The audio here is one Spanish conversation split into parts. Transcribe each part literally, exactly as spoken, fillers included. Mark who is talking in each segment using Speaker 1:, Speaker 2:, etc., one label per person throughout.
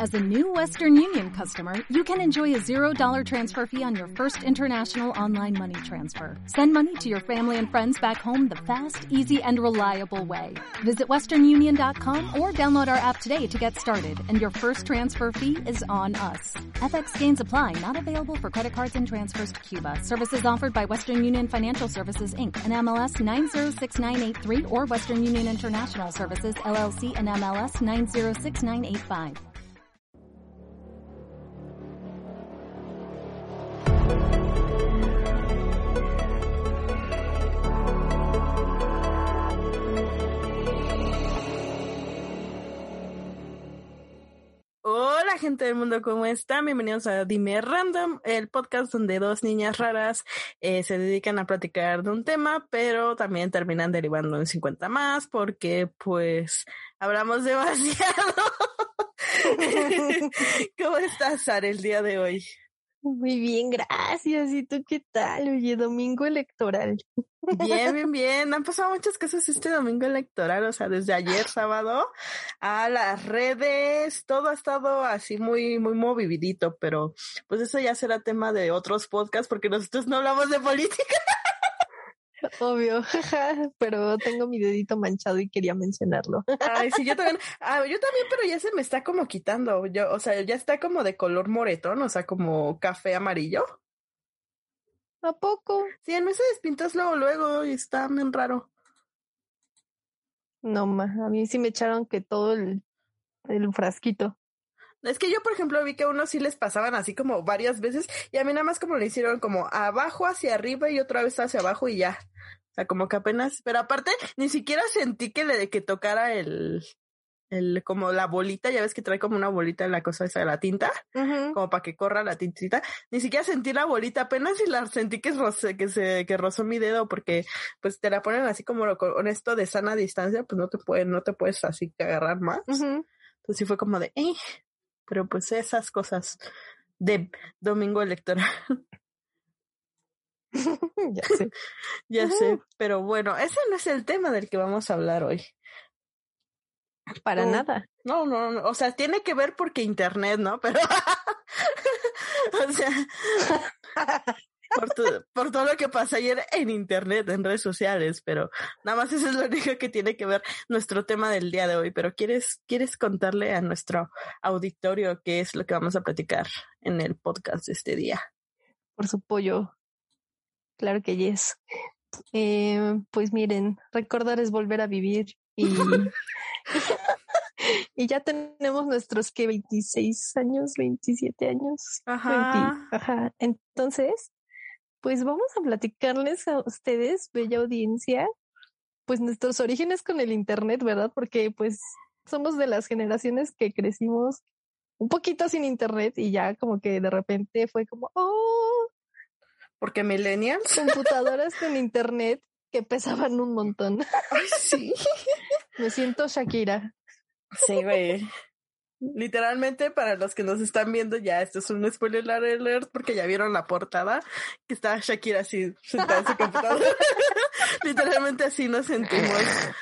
Speaker 1: As a new Western Union customer, you can enjoy a zero dollar transfer fee on your first international online money transfer. Send money to your family and friends back home the fast, easy, and reliable way. Visit western union dot com or download our app today to get started, and your first transfer fee is on us. F X gains apply, not available for credit cards and transfers to Cuba. Services offered by Western Union Financial Services, Incorporated, and M L S nine zero six nine eight three or Western Union International Services, L L C, and M L S nine zero six nine eight five.
Speaker 2: Hola gente del mundo, ¿cómo están? Bienvenidos a Dime Random, el podcast donde dos niñas raras eh, se dedican a platicar de un tema, pero también terminan derivando en cincuenta más porque pues hablamos demasiado. ¿Cómo estás, Sara, el día de hoy?
Speaker 3: Muy bien, gracias. ¿Y tú qué tal? Oye, domingo electoral.
Speaker 2: Bien, bien, bien. Han pasado muchas cosas este domingo electoral, o sea, desde ayer sábado a las redes, todo ha estado así muy, muy movidito, pero pues eso ya será tema de otros podcasts porque nosotros no hablamos de política.
Speaker 3: Obvio, pero tengo mi dedito manchado y quería mencionarlo.
Speaker 2: Ay, sí, yo también, ah, yo también, pero ya se me está como quitando, yo, o sea, ya está como de color moretón, o sea, como café amarillo.
Speaker 3: ¿A poco?
Speaker 2: Sí, en mí se despintas luego, luego, y está bien raro.
Speaker 3: No, ma, a mí sí me echaron que todo el, el frasquito.
Speaker 2: Es que yo, por ejemplo, vi que a unos sí les pasaban así como varias veces, y a mí nada más como le hicieron como abajo hacia arriba y otra vez hacia abajo y ya. O sea, como que apenas, pero aparte, ni siquiera sentí que le que tocara el, el, como la bolita, ya ves que trae como una bolita en la cosa esa de la tinta, uh-huh. Como para que corra la tintita. Ni siquiera sentí la bolita, apenas y la sentí que roce, que se, que rozó mi dedo, porque pues te la ponen así como con esto de sana distancia, pues no te pueden, no te puedes así agarrar más. Uh-huh. Entonces sí fue como de, eh. Pero pues esas cosas de domingo electoral.
Speaker 3: Ya sé.
Speaker 2: Ya uh-huh. sé, pero bueno, ese no es el tema del que vamos a hablar hoy.
Speaker 3: Para
Speaker 2: no,
Speaker 3: nada.
Speaker 2: No, no, no, o sea, tiene que ver porque internet, ¿no? Pero, o sea, por, tu, por todo lo que pasó ayer en internet, en redes sociales, pero nada más eso es lo único que tiene que ver nuestro tema del día de hoy. Pero ¿quieres, quieres contarle a nuestro auditorio qué es lo que vamos a platicar en el podcast de este día?
Speaker 3: Por su pollo. Claro que yes. Eh, pues miren, recordar es volver a vivir y y ya tenemos nuestros que veintiséis años, veintisiete años.
Speaker 2: Ajá.
Speaker 3: veinte, ajá. Entonces, pues vamos a platicarles a ustedes, bella audiencia, pues nuestros orígenes con el internet, ¿verdad? Porque pues somos de las generaciones que crecimos un poquito sin internet y ya como que de repente fue como, oh,
Speaker 2: porque millennials,
Speaker 3: computadoras con internet que pesaban un montón.
Speaker 2: Ay, sí.
Speaker 3: Me siento Shakira.
Speaker 2: Sí, güey. Literalmente, para los que nos están viendo, ya esto es un spoiler alert porque ya vieron la portada que está Shakira así sentada en su computadora. Literalmente así nos sentimos.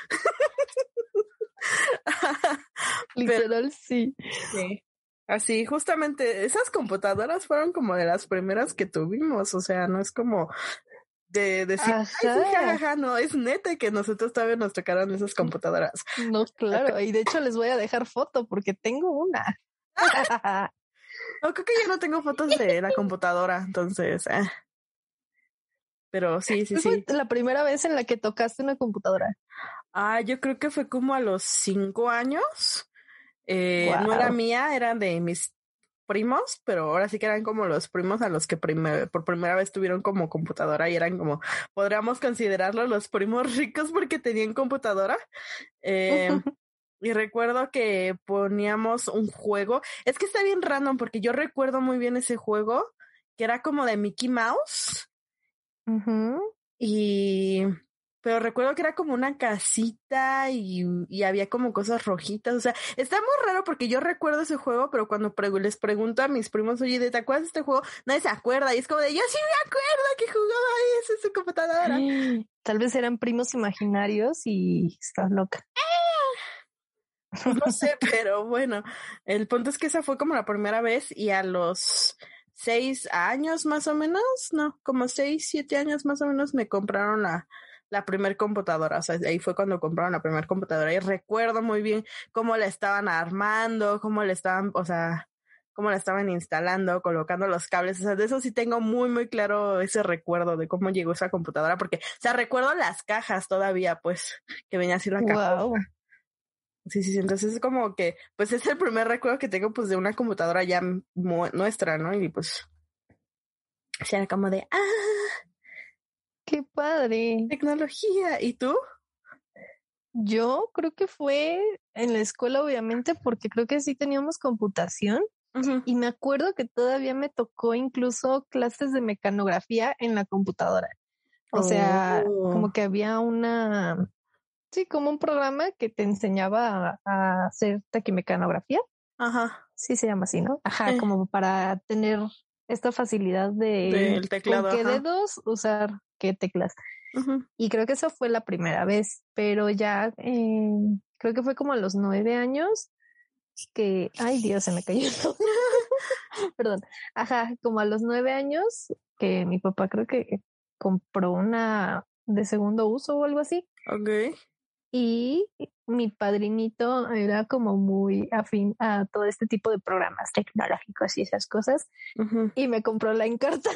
Speaker 3: Literal, Pero, sí.
Speaker 2: Sí. Así, justamente, esas computadoras fueron como de las primeras que tuvimos, o sea, no es como de decir, ay, sí, jajaja, no, es neta que nosotros todavía nos tocaron esas computadoras.
Speaker 3: No, claro, y de hecho les voy a dejar foto porque tengo una.
Speaker 2: No, creo que yo no tengo fotos de la computadora, entonces, eh. Pero sí, sí, sí.
Speaker 3: ¿Fue la primera vez en la que tocaste una computadora?
Speaker 2: Ah, yo creo que fue como a los cinco años. Eh, wow. No era mía, era de mis primos, pero ahora sí que eran como los primos a los que primer, por primera vez tuvieron como computadora y eran como, podríamos considerarlos los primos ricos porque tenían computadora. Eh, y recuerdo que poníamos un juego, es que está bien random porque yo recuerdo muy bien ese juego que era como de Mickey Mouse.
Speaker 3: Uh-huh.
Speaker 2: Y... pero recuerdo que era como una casita y, y había como cosas rojitas, o sea, está muy raro porque yo recuerdo ese juego, pero cuando pre- les pregunto a mis primos, oye, ¿te acuerdas de este juego? Nadie se acuerda, y es como de, yo sí me acuerdo que jugaba eso en su computadora.
Speaker 3: Tal vez eran primos imaginarios y estás loca.
Speaker 2: Pues no sé, pero bueno, el punto es que esa fue como la primera vez y a los seis años más o menos, no, como seis, siete años más o menos me compraron la, la primer computadora, o sea, ahí fue cuando compraron la primer computadora y recuerdo muy bien cómo la estaban armando, cómo la estaban, o sea, cómo la estaban instalando, colocando los cables, o sea, de eso sí tengo muy, muy claro ese recuerdo de cómo llegó esa computadora, porque, o sea, recuerdo las cajas todavía, pues, que venía así la caja.
Speaker 3: Wow.
Speaker 2: Sí, sí, sí, entonces es como que, pues es el primer recuerdo que tengo, pues, de una computadora ya mu- nuestra, ¿no? Y pues, sí, era como de, ah,
Speaker 3: Qué padre.
Speaker 2: tecnología. ¿Y tú?
Speaker 3: Yo creo que fue en la escuela, obviamente, porque creo que sí teníamos computación.
Speaker 2: Uh-huh.
Speaker 3: Y me acuerdo que todavía me tocó incluso clases de mecanografía en la computadora. O sea,
Speaker 2: Oh.
Speaker 3: como que había una, sí, como un programa que te enseñaba a, a hacer taquimecanografía.
Speaker 2: Ajá.
Speaker 3: Sí se llama así, ¿no? Ajá,
Speaker 2: Eh,
Speaker 3: como para tener esta facilidad de
Speaker 2: del teclado,
Speaker 3: con qué
Speaker 2: ajá.
Speaker 3: dedos usar qué teclas.
Speaker 2: Uh-huh.
Speaker 3: Y creo que eso fue la primera vez, pero ya eh, creo que fue como a los nueve años que, ay Dios, se me cayó todo. Perdón. Ajá, como a los nueve años que mi papá creo que compró una de segundo uso o algo así.
Speaker 2: Ok.
Speaker 3: Y mi padrinito era como muy afín a todo este tipo de programas tecnológicos y esas cosas.
Speaker 2: Uh-huh.
Speaker 3: Y me compró la Encarta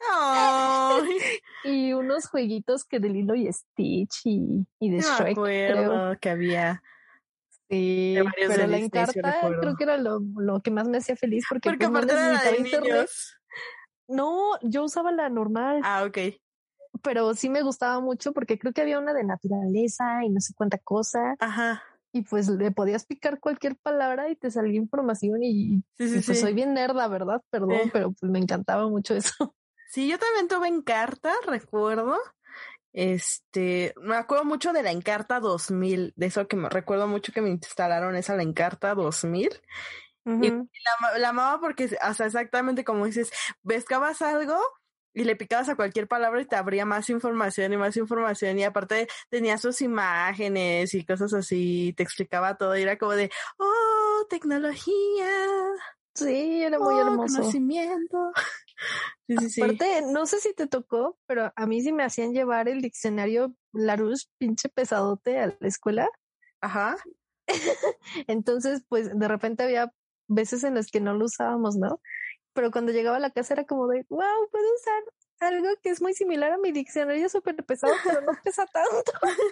Speaker 2: Ay,
Speaker 3: y unos jueguitos que de Lilo y Stitch y, y de
Speaker 2: sí me
Speaker 3: Shrek, creo.
Speaker 2: acuerdo que había de
Speaker 3: Sí,
Speaker 2: varios de
Speaker 3: pero la
Speaker 2: Disney, sí
Speaker 3: Encarta creo
Speaker 2: recuerdo.
Speaker 3: que era lo, lo que más me hacía feliz porque
Speaker 2: Porque
Speaker 3: pues no
Speaker 2: aparte era la
Speaker 3: necesitaba
Speaker 2: de
Speaker 3: internet.
Speaker 2: niños.
Speaker 3: No, yo usaba la normal,
Speaker 2: Ah, ok.
Speaker 3: pero sí me gustaba mucho porque creo que había una de naturaleza y no sé cuánta cosa.
Speaker 2: Ajá.
Speaker 3: Y pues le podías picar cualquier palabra y te salía información y,
Speaker 2: Sí, sí,
Speaker 3: y pues
Speaker 2: sí.
Speaker 3: soy bien nerda, ¿verdad? Perdón,
Speaker 2: Sí.
Speaker 3: pero pues me encantaba mucho eso.
Speaker 2: Sí, yo también tuve Encarta, recuerdo. Este, me acuerdo mucho de la Encarta dos mil, de eso que me recuerdo mucho que me instalaron esa la Encarta dos mil. Y
Speaker 3: Ujú.
Speaker 2: la, la amaba porque, o sea, exactamente como dices, pescabas algo y le picabas a cualquier palabra y te abría más información y más información y aparte tenía sus imágenes y cosas así, te explicaba todo y era como de, oh, tecnología,
Speaker 3: Sí, era muy
Speaker 2: oh,
Speaker 3: hermoso.
Speaker 2: conocimiento. Sí, sí, sí.
Speaker 3: Aparte, no sé si te tocó, pero a mí sí me hacían llevar el diccionario Larousse pinche pesadote a la escuela.
Speaker 2: Ajá.
Speaker 3: Entonces, pues de repente había veces en las que no lo usábamos, ¿no? Pero cuando llegaba a la casa era como de, wow, puedo usar algo que es muy similar a mi diccionario súper pesado, pero no pesa tanto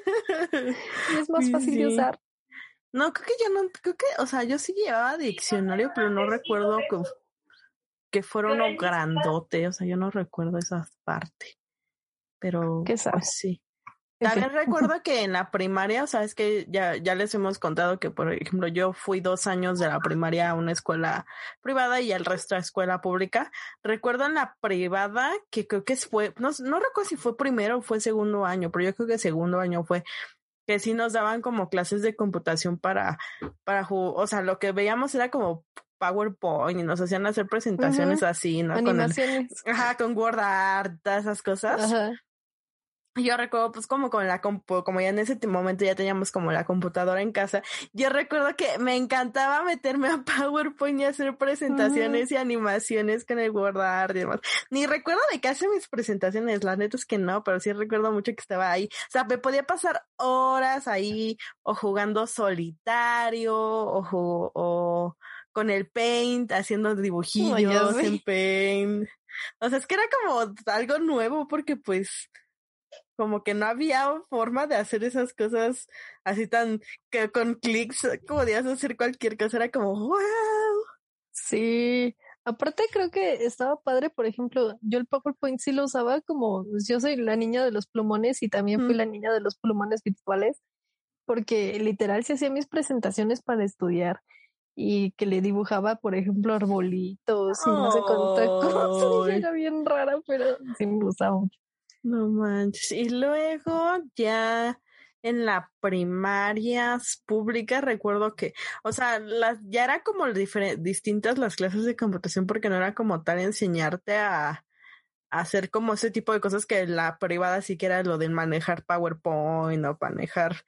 Speaker 3: y es más
Speaker 2: Sí,
Speaker 3: fácil de
Speaker 2: sí.
Speaker 3: usar.
Speaker 2: No, creo que yo no, creo que, o sea, yo sí llevaba diccionario, pero no recuerdo que, que fuera uno grandote, o sea, yo no recuerdo esa parte, pero
Speaker 3: ¿Qué
Speaker 2: pues
Speaker 3: sabe?
Speaker 2: sí.
Speaker 3: En fin.
Speaker 2: También recuerdo que en la primaria, o sea, es que ya, ya les hemos contado que, por ejemplo, yo fui dos años de la primaria a una escuela privada y el resto a escuela pública. Recuerdo en la privada que creo que fue, no, no recuerdo si fue primero o fue segundo año, pero yo creo que segundo año fue que sí nos daban como clases de computación para, para jugar, o sea, lo que veíamos era como PowerPoint y nos hacían hacer presentaciones
Speaker 3: Ujú.
Speaker 2: así, ¿no? Con el,
Speaker 3: Animaciones.
Speaker 2: ajá, con WordArt, todas esas cosas.
Speaker 3: Ajá.
Speaker 2: Y yo recuerdo, pues, como con la compu, como ya en ese momento ya teníamos como la computadora en casa, yo recuerdo que me encantaba meterme a PowerPoint y hacer presentaciones
Speaker 3: Ujú.
Speaker 2: y animaciones con el WordArt y demás. Ni recuerdo de qué hace mis presentaciones, la neta es que no, pero sí recuerdo mucho que estaba ahí. O sea, me podía pasar horas ahí, o jugando solitario, o, ju- o con el Paint, haciendo
Speaker 3: No, ya
Speaker 2: dibujillos en
Speaker 3: sé.
Speaker 2: Paint. O sea, es que era como algo nuevo porque pues como que no había forma de hacer esas cosas así tan que con clics podías hacer cualquier cosa, era como wow.
Speaker 3: Sí. Aparte creo que estaba padre, por ejemplo, yo el PowerPoint sí lo usaba como, pues, yo soy la niña de los plumones y también fui
Speaker 2: Mm.
Speaker 3: la niña de los plumones virtuales, porque literal se hacía mis presentaciones para estudiar y que le dibujaba, por ejemplo, arbolitos y no sé cuánta cosa. Y
Speaker 2: Ay,
Speaker 3: era bien rara, pero sí me gustaba mucho.
Speaker 2: no manches. Y luego ya en la primaria pública recuerdo que, o sea, las ya era como difere- distintas las clases de computación porque no era como tal enseñarte a hacer como ese tipo de cosas que la privada sí que era lo de manejar PowerPoint o manejar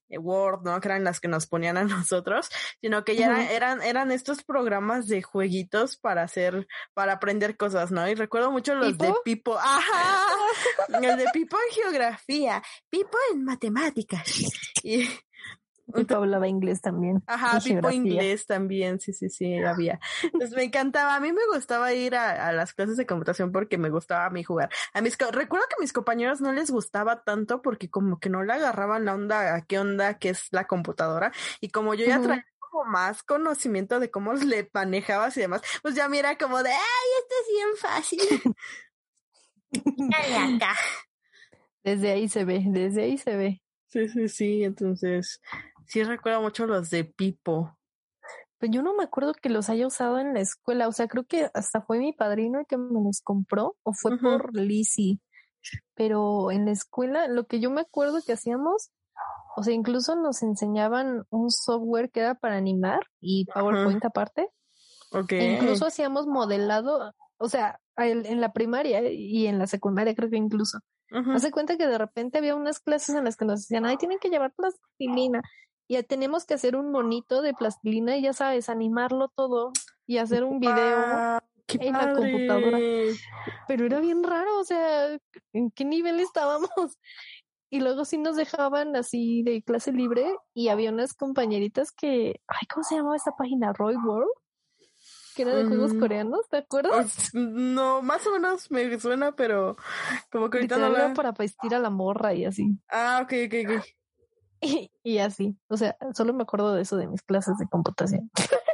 Speaker 2: Word, ¿no? Que eran las que nos ponían a nosotros, sino que ya eran, uh-huh. eran, eran estos programas de jueguitos para hacer, para aprender cosas, ¿no? Y recuerdo mucho los ¿Pipo? de Pipo, ajá, el de Pipo en geografía, Pipo en matemáticas, y
Speaker 3: Pipo hablaba inglés también.
Speaker 2: Ajá, Pipo inglés también, sí, sí, sí, había. Entonces me encantaba, a mí me gustaba ir a, a las clases de computación porque me gustaba a mí jugar. A mis, recuerdo que a mis compañeros no les gustaba tanto porque como que no le agarraban la onda a qué onda que es la computadora, y como yo ya uh-huh. traía como más conocimiento de cómo le manejabas y demás, pues ya mira como de, ay, esto es bien fácil. Ay, acá.
Speaker 3: Desde ahí se ve, desde ahí se ve.
Speaker 2: Sí, sí, sí, entonces sí recuerdo mucho los de Pipo.
Speaker 3: Pues yo no me acuerdo que los haya usado en la escuela, o sea, creo que hasta fue mi padrino el que me los compró, o fue uh-huh. por Lizzy, pero en la escuela lo que yo me acuerdo que hacíamos, o sea, incluso nos enseñaban un software que era para animar y PowerPoint uh-huh. aparte.
Speaker 2: Okay.
Speaker 3: E incluso hacíamos modelado, o sea, en la primaria y en la secundaria creo que incluso. Uh-huh. Hace cuenta que de repente había unas clases en las que nos decían, ay, tienen que llevar plastilina y ya tenemos que hacer un monito de plastilina y ya sabes, animarlo todo y hacer un video
Speaker 2: wow,
Speaker 3: en padre. La computadora. Pero era bien raro, o sea, ¿en qué nivel estábamos? Y luego sí nos dejaban así de clase libre y había unas compañeritas que, ay, ¿cómo se llamaba esta página? Roy World. Que era de juegos mm. coreanos, ¿te acuerdas?
Speaker 2: No, más o menos me suena, pero como que ahorita no
Speaker 3: la...
Speaker 2: la...
Speaker 3: para vestir a la morra y así.
Speaker 2: Ah, ok, ok, ok.
Speaker 3: Y, y así, o sea, solo me acuerdo de eso de mis clases de computación.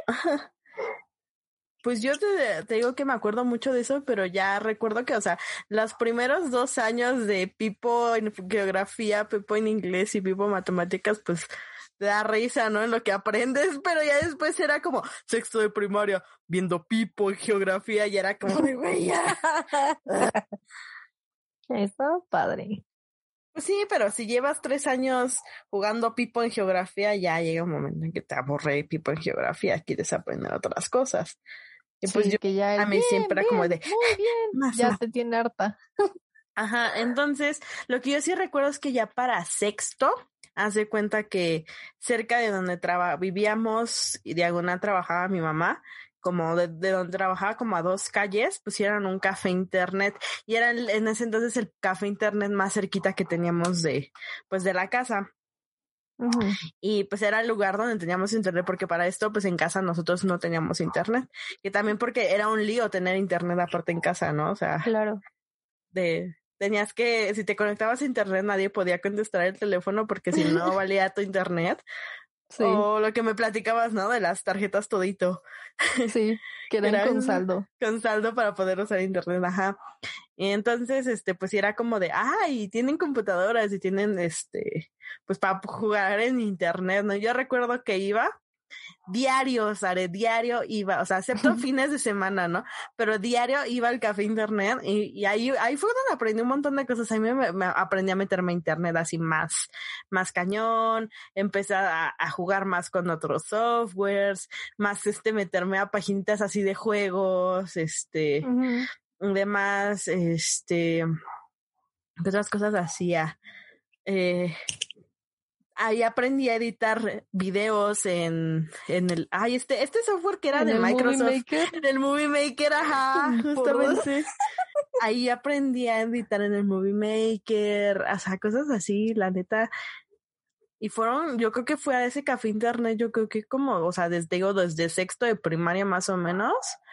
Speaker 2: Pues yo te, te digo que me acuerdo mucho de eso, pero ya recuerdo que, o sea, los primeros dos años de Pipo en geografía, Pipo en inglés y Pipo en matemáticas, pues te da risa, ¿no? En lo que aprendes, pero ya después era como sexto de primaria, viendo Pipo en geografía, y era como de güey, ya.
Speaker 3: Estaba padre.
Speaker 2: Pues sí, pero si llevas tres años jugando Pipo en geografía, ya llega un momento en que te aburre Pipo en geografía, quieres aprender otras cosas. Y pues
Speaker 3: sí,
Speaker 2: yo,
Speaker 3: que ya
Speaker 2: a mí
Speaker 3: bien,
Speaker 2: siempre era
Speaker 3: bien,
Speaker 2: como de...
Speaker 3: muy bien,
Speaker 2: más,
Speaker 3: ya
Speaker 2: más.
Speaker 3: te tiene harta.
Speaker 2: Ajá, entonces, lo que yo sí recuerdo es que ya para sexto, haz de cuenta que cerca de donde traba, vivíamos y diagonal trabajaba mi mamá, como de, de donde trabajaba como a dos calles, pusieron un café internet y era el, en ese entonces el café internet más cerquita que teníamos de, pues de la casa. Uh-huh. Y pues era el lugar donde teníamos internet, porque para esto pues en casa nosotros no teníamos internet, y también porque era un lío tener internet aparte en casa, ¿no? O sea,
Speaker 3: claro.
Speaker 2: De, tenías que, si te conectabas a internet nadie podía contestar el teléfono porque si no valía tu internet. Sí. O lo que me platicabas, ¿no? De las tarjetas todito.
Speaker 3: Sí, que eran, eran con saldo.
Speaker 2: Con saldo para poder usar internet, ajá. Y entonces, este, pues era como de, ay, tienen computadoras y tienen, este, pues para jugar en internet, ¿no? Yo recuerdo que iba diario, Sare, diario iba, o sea, excepto fines de semana, ¿no? Pero diario iba al café internet y, y ahí, ahí fue donde aprendí un montón de cosas. Ahí me, me aprendí a meterme a internet así más, más cañón, empecé a, a jugar más con otros softwares, más este, meterme a paginitas así de juegos, este, uh-huh. demás, este, ¿qué otras cosas hacía? Eh, Ahí aprendí a editar videos en, en el, ay, este, este software que era de Microsoft,
Speaker 3: Movie Maker?
Speaker 2: en el Movie Maker, ajá, justamente. Ahí aprendí a editar en el Movie Maker, o sea, cosas así, la neta. Y fueron, yo creo que fue a ese café internet, yo creo que como, o sea, desde, digo, desde sexto de primaria más o menos,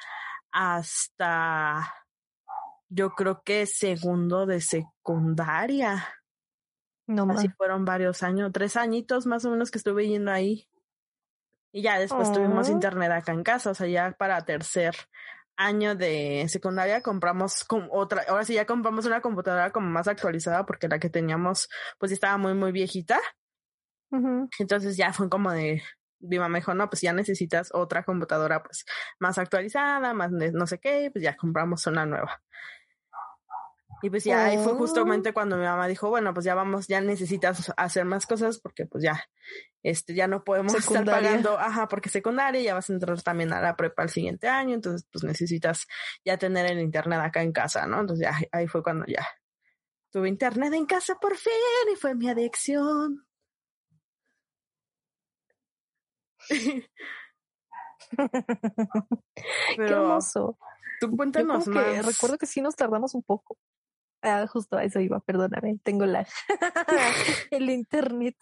Speaker 2: hasta, yo creo que segundo de secundaria.
Speaker 3: No
Speaker 2: Así
Speaker 3: más.
Speaker 2: fueron varios años, tres añitos más o menos que estuve yendo ahí. Y ya después oh. tuvimos internet acá en casa, o sea, ya para tercer año de secundaria compramos con otra, ahora sí ya compramos una computadora como más actualizada porque la que teníamos pues estaba muy muy viejita. Uh-huh. Entonces ya fue como de, mi mamá dijo, no, pues ya necesitas otra computadora pues más actualizada, más no sé qué, pues ya compramos una nueva. Y pues ya oh. ahí fue justamente cuando mi mamá dijo, bueno, pues ya vamos, ya necesitas hacer más cosas porque pues ya, este, ya no podemos secundaria. estar pagando, ajá, porque secundaria, ya vas a entrar también a la prepa el siguiente año, entonces pues necesitas ya tener el internet acá en casa, ¿no? Entonces ya ahí fue cuando ya tuve internet en casa por fin y fue mi adicción. Pero
Speaker 3: qué hermoso.
Speaker 2: Tú cuéntanos
Speaker 3: Yo
Speaker 2: más.
Speaker 3: Que recuerdo que sí nos tardamos un poco. Ah, justo a eso iba, perdóname, tengo la el internet.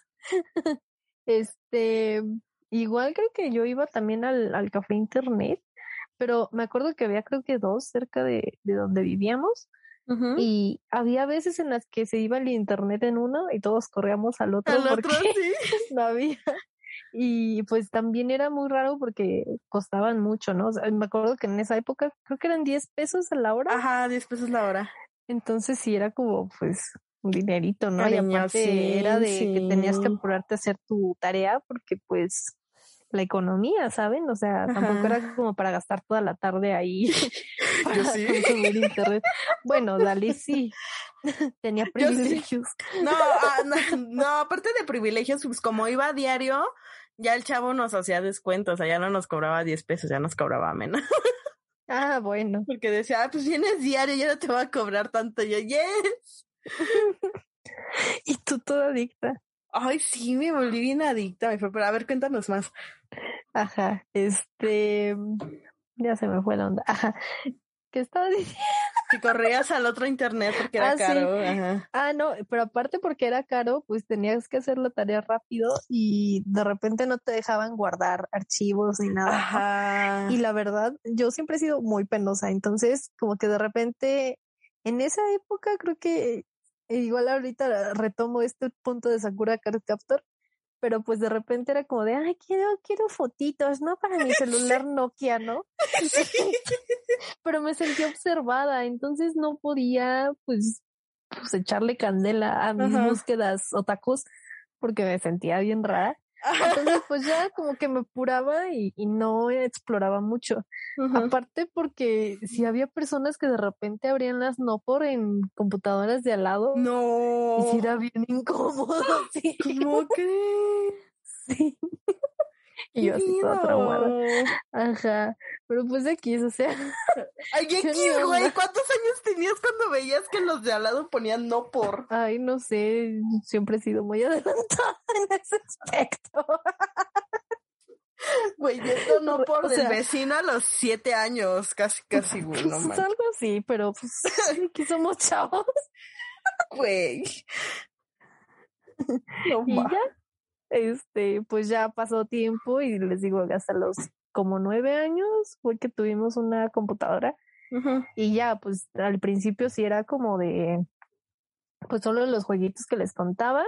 Speaker 3: Este, igual creo que yo iba también al, al café internet, pero me acuerdo que había creo que dos cerca de, de donde vivíamos.
Speaker 2: Uh-huh.
Speaker 3: Y había veces en las que se iba el internet en uno y todos corríamos al otro
Speaker 2: Al
Speaker 3: porque
Speaker 2: otro, sí.
Speaker 3: no había. Y pues también era muy raro porque costaban mucho, ¿no? O sea, me acuerdo que en esa época creo que eran diez pesos a la hora.
Speaker 2: Ajá, diez pesos la hora.
Speaker 3: Entonces sí era como pues un dinerito, ¿no?
Speaker 2: Cariño,
Speaker 3: y aparte
Speaker 2: sí,
Speaker 3: era de
Speaker 2: sí.
Speaker 3: que tenías que apurarte a hacer tu tarea porque pues la economía, ¿saben? O sea,
Speaker 2: Ajá.
Speaker 3: tampoco era como para gastar toda la tarde ahí para
Speaker 2: Yo sí.
Speaker 3: consumir internet. Bueno, Dalí sí. Tenía privilegios.
Speaker 2: Sí. No, ah, no, no, aparte de privilegios, pues como iba a diario, ya el chavo nos hacía descuentos, o sea, ya no nos cobraba diez pesos, ya nos cobraba menos.
Speaker 3: Ah, bueno.
Speaker 2: Porque decía, ah, pues vienes diario, ya no te voy a cobrar tanto. Y yo, yes.
Speaker 3: Y tú toda adicta.
Speaker 2: Ay, sí, me volví bien adicta, me fue, pero a ver, cuéntanos más.
Speaker 3: Ajá, este, ya se me fue la onda. Ajá, ¿qué estaba diciendo?
Speaker 2: Que corrías al otro internet porque era
Speaker 3: ah,
Speaker 2: caro.
Speaker 3: Sí.
Speaker 2: Ajá.
Speaker 3: Ah, no, pero aparte porque era caro, pues tenías que hacer la tarea rápido y de repente no te dejaban guardar archivos ni nada.
Speaker 2: Ajá.
Speaker 3: ¿No? Y la verdad, yo siempre he sido muy penosa, entonces como que de repente, en esa época creo que igual ahorita retomo este punto de Sakura Card Captor, pero pues de repente era como de, ay, quiero, quiero fotitos, ¿no? Para mi celular Nokia, ¿no?
Speaker 2: Sí.
Speaker 3: Pero me sentí observada, entonces no podía, pues, pues echarle candela a mis
Speaker 2: Ajá.
Speaker 3: búsquedas otakus, porque me sentía bien rara. Entonces, pues ya como que me apuraba y, y no exploraba mucho. Uh-huh. Aparte porque si había personas que de repente abrían las Nopor en computadoras de al lado.
Speaker 2: No.
Speaker 3: Y si era bien incómodo. Sí.
Speaker 2: ¿Cómo crees?
Speaker 3: Sí. Y yo así toda traumada. Ajá. Pero pues aquí, o sea.
Speaker 2: Ay, X, güey. ¿Cuántos años tenías cuando veías que los de al lado ponían no por?
Speaker 3: Ay, no sé. Siempre he sido muy adelantada en ese aspecto.
Speaker 2: Güey, esto no por
Speaker 3: o
Speaker 2: del
Speaker 3: sea,
Speaker 2: vecino a los siete años. Casi, casi, güey.
Speaker 3: Pues,
Speaker 2: No
Speaker 3: algo así, pero pues aquí somos chavos.
Speaker 2: Güey. No
Speaker 3: y ya. Este, pues ya pasó tiempo y les digo, hasta los como nueve años fue que tuvimos una computadora. Uh-huh. Y ya, pues al principio sí era como de, pues solo los jueguitos que les contaba.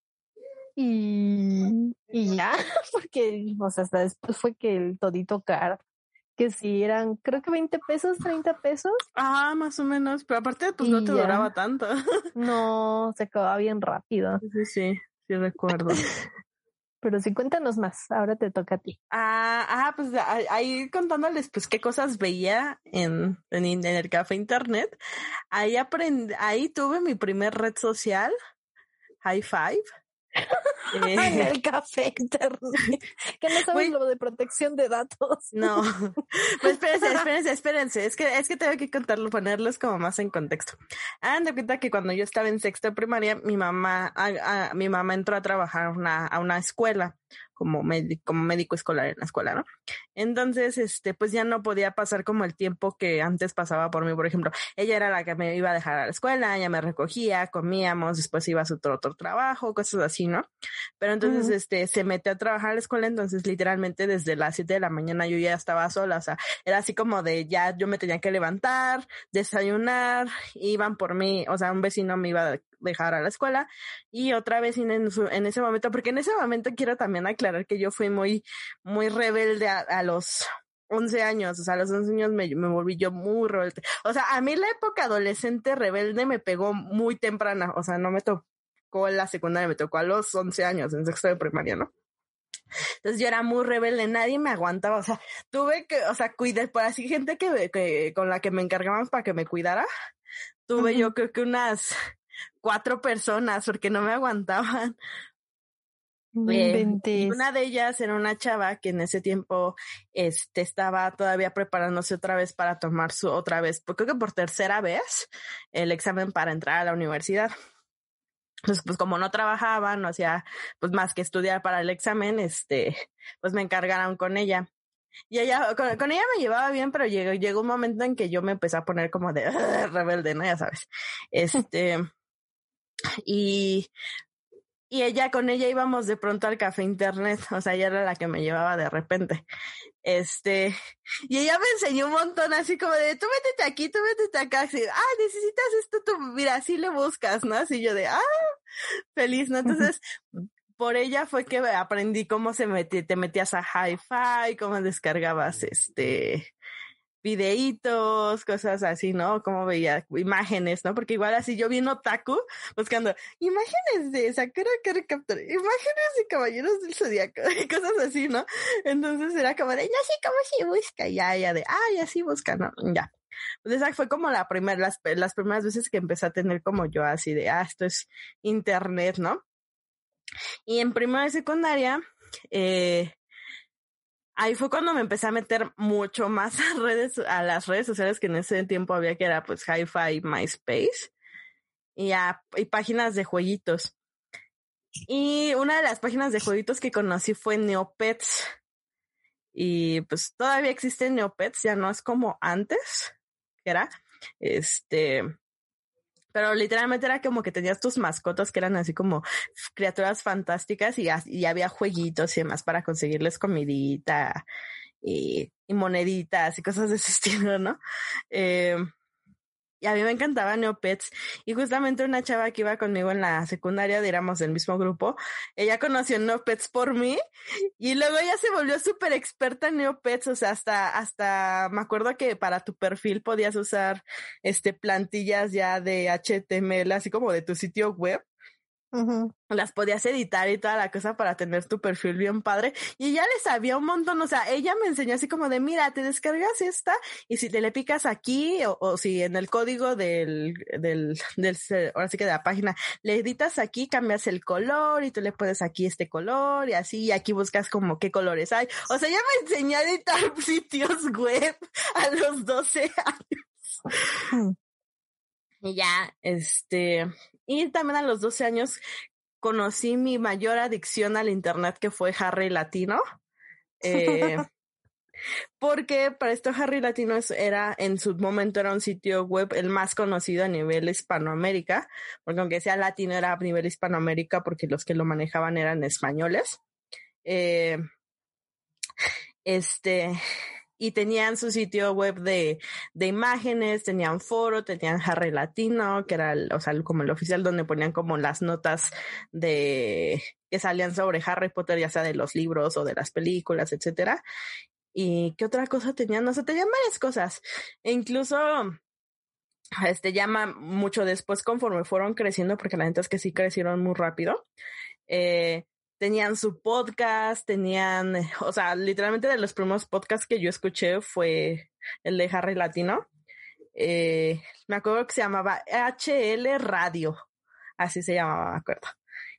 Speaker 3: Y, y ya, porque, o sea, hasta después fue que el todito card, que sí eran, creo que veinte pesos, treinta pesos.
Speaker 2: Ah, más o menos, pero aparte pues no te ya. duraba tanto.
Speaker 3: No, se acababa bien rápido.
Speaker 2: Sí, sí, sí recuerdo.
Speaker 3: Pero sí, cuéntanos más, ahora te toca a ti.
Speaker 2: Ah, ah pues ahí contándoles pues qué cosas veía en, en, en el café internet. Ahí aprendí, ahí tuve mi primer red social, High Five.
Speaker 3: Eh, en el café internet. Que no sabes wey, lo de protección de datos.
Speaker 2: No. Pues espérense, espérense, espérense. Es que, es que tengo que contarlo, ponerlos como más en contexto. Hagan de cuenta que cuando yo estaba en sexto de primaria, mi mamá, a, a, mi mamá entró a trabajar a una, a una escuela. Como, médico, como médico escolar en la escuela, ¿no? Entonces, este, pues ya no podía pasar como el tiempo que antes pasaba por mí. Por ejemplo, ella era la que me iba a dejar a la escuela, ella me recogía, comíamos, después iba a su otro, otro trabajo, cosas así, ¿no? Pero entonces, uh-huh. este, se metió a trabajar a la escuela, entonces literalmente desde las siete de la mañana yo ya estaba sola, o sea, era así como de ya yo me tenía que levantar, desayunar, iban por mí, o sea, un vecino me iba a dejar a la escuela y otra vecina en, su, en ese momento, porque en ese momento quiero también aclarar que yo fui muy, muy rebelde a, a los once años, o sea, a los once años me, me volví yo muy rebelde. O sea, a mí la época adolescente rebelde me pegó muy temprana, o sea, no me tocó en la secundaria, me tocó a los once años, en sexto de primaria, ¿no? Entonces yo era muy rebelde, nadie me aguantaba, o sea, tuve que, o sea, cuidar, por así gente que, que con la que me encargaban para que me cuidara, tuve uh-huh. yo creo que unas cuatro personas porque no me aguantaban. Eh, y una de ellas era una chava que en ese tiempo este, estaba todavía preparándose otra vez para tomar su otra vez, creo que por tercera vez, el examen para entrar a la universidad. Entonces, pues como no trabajaba, no hacía pues más que estudiar para el examen, este, pues me encargaron con ella. Y ella, con, con ella me llevaba bien, pero llegó, llegó un momento en que yo me empecé a poner como de uh, rebelde, ¿no? Ya sabes. Este, y, y ella, con ella íbamos de pronto al café internet, o sea, ella era la que me llevaba de repente. Este, y ella me enseñó un montón, así como de, tú métete aquí, tú métete acá, así, ah, necesitas esto, tú, mira, así le buscas, ¿no? Así yo de, ah, feliz, ¿no? Entonces, por ella fue que aprendí cómo se metí, te metías a Hi-Fi, cómo descargabas, este, videitos, cosas así, ¿no? Cómo veía imágenes, ¿no? Porque igual así yo vi en Otaku buscando imágenes de Sakura Card Captor, imágenes de Caballeros del Zodiaco, y cosas así, ¿no? Entonces era como de, no sé cómo se busca, ya, ya de, ah, ya sí busca, ¿no? Ya. Pues esa fue como la primera, las, las primeras veces que empecé a tener como yo así de, ah, esto es internet, ¿no? Y en primera y secundaria, eh, ahí fue cuando me empecé a meter mucho más a redes, a las redes sociales que en ese tiempo había, que era pues Hi-Fi, MySpace y, a, y páginas de jueguitos. Y una de las páginas de jueguitos que conocí fue Neopets. Y pues todavía existe Neopets, ya no es como antes, que era, este... Pero literalmente era como que tenías tus mascotas que eran así como criaturas fantásticas y, y había jueguitos y demás para conseguirles comidita y, y moneditas y cosas de ese estilo, ¿no? Eh, y a mí me encantaba Neopets. Y justamente una chava que iba conmigo en la secundaria, éramos del mismo grupo, ella conoció Neopets por mí y luego ella se volvió súper experta en Neopets. O sea, hasta, hasta me acuerdo que para tu perfil podías usar este plantillas ya de H T M L, así como de tu sitio web. Uh-huh. Las podías editar y toda la cosa para tener tu perfil bien padre. Y ella le sabía un montón. O sea, ella me enseñó así como de, mira, te descargas esta y si te le picas aquí o, o si en el código del, del, del, ahora sí que de la página, le editas aquí, cambias el color y tú le pones aquí este color y así, y aquí buscas como qué colores hay. O sea, ella me enseñó a editar sitios web a los doce años. Hmm. Y ya, este, y también a los doce años conocí mi mayor adicción al internet, que fue Harry Latino. Eh, porque para esto Harry Latino era, en su momento era un sitio web el más conocido a nivel Hispanoamérica, porque aunque sea latino era a nivel Hispanoamérica porque los que lo manejaban eran españoles. Eh, este... Y tenían su sitio web de, de imágenes, tenían foro, tenían Harry Latino, que era, el, o sea, como el oficial donde ponían como las notas de que salían sobre Harry Potter, ya sea de los libros o de las películas, etcétera. ¿Y qué otra cosa tenían? O sea, tenían varias cosas. E incluso, este, llama mucho después conforme fueron creciendo, porque la neta es que sí crecieron muy rápido. Eh, Tenían su podcast, tenían, o sea, literalmente de los primeros podcasts que yo escuché fue el de Harry Latino. Eh, me acuerdo que se llamaba H L Radio, así se llamaba, me acuerdo.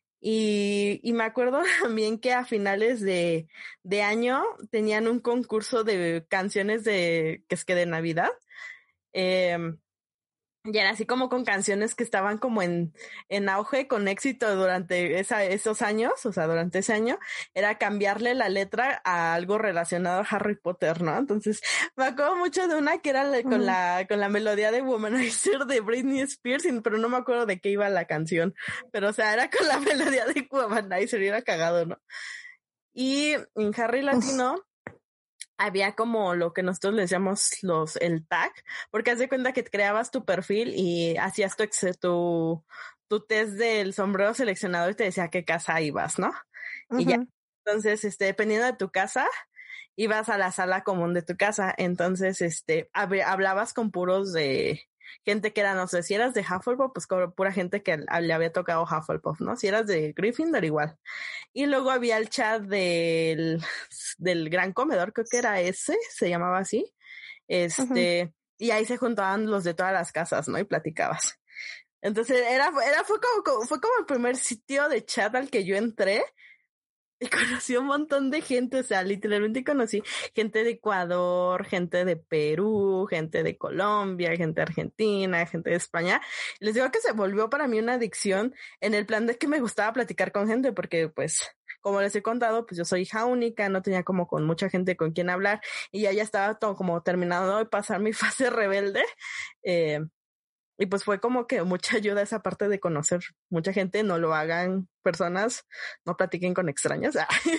Speaker 2: Y, y me acuerdo también que a finales de, de año tenían un concurso de canciones de, que es que de Navidad. Eh, Y era así como con canciones que estaban como en, en auge, con éxito durante esa, esos años, o sea, durante ese año, era cambiarle la letra a algo relacionado a Harry Potter, ¿no? Entonces, me acuerdo mucho de una que era la, con, uh-huh. la, con la melodía de Womanizer de Britney Spears, pero no me acuerdo de qué iba la canción, pero o sea, era con la melodía de Womanizer y era cagado, ¿no? Y en Harry Latino había como lo que nosotros le decíamos los, el tag, porque haz de cuenta que creabas tu perfil y hacías tu, tu, tu test del sombrero seleccionado y te decía a qué casa ibas, ¿no? Uh-huh. Y ya, entonces, este, dependiendo de tu casa, ibas a la sala común de tu casa, entonces, este, hab- hablabas con puros de gente que era, no sé, si eras de Hufflepuff, pues con pura gente que le había tocado Hufflepuff, ¿no? Si eras de Gryffindor, igual. Y luego había el chat del, del gran comedor, creo que era ese, se llamaba así. Este, uh-huh. Y ahí se juntaban los de todas las casas, ¿no? Y platicabas. Entonces, era, era, fue como, fue como el primer sitio de chat al que yo entré, Y conocí un montón de gente, o sea, literalmente conocí gente de Ecuador, gente de Perú, gente de Colombia, gente de Argentina, gente de España. Les digo que se volvió para mí una adicción en el plan de que me gustaba platicar con gente, porque pues, como les he contado, pues yo soy hija única, no tenía como con mucha gente con quien hablar y ya ya estaba todo como terminando de pasar mi fase rebelde. Eh, Y pues fue como que mucha ayuda esa parte de conocer mucha gente. No lo hagan personas, no platiquen con extraños.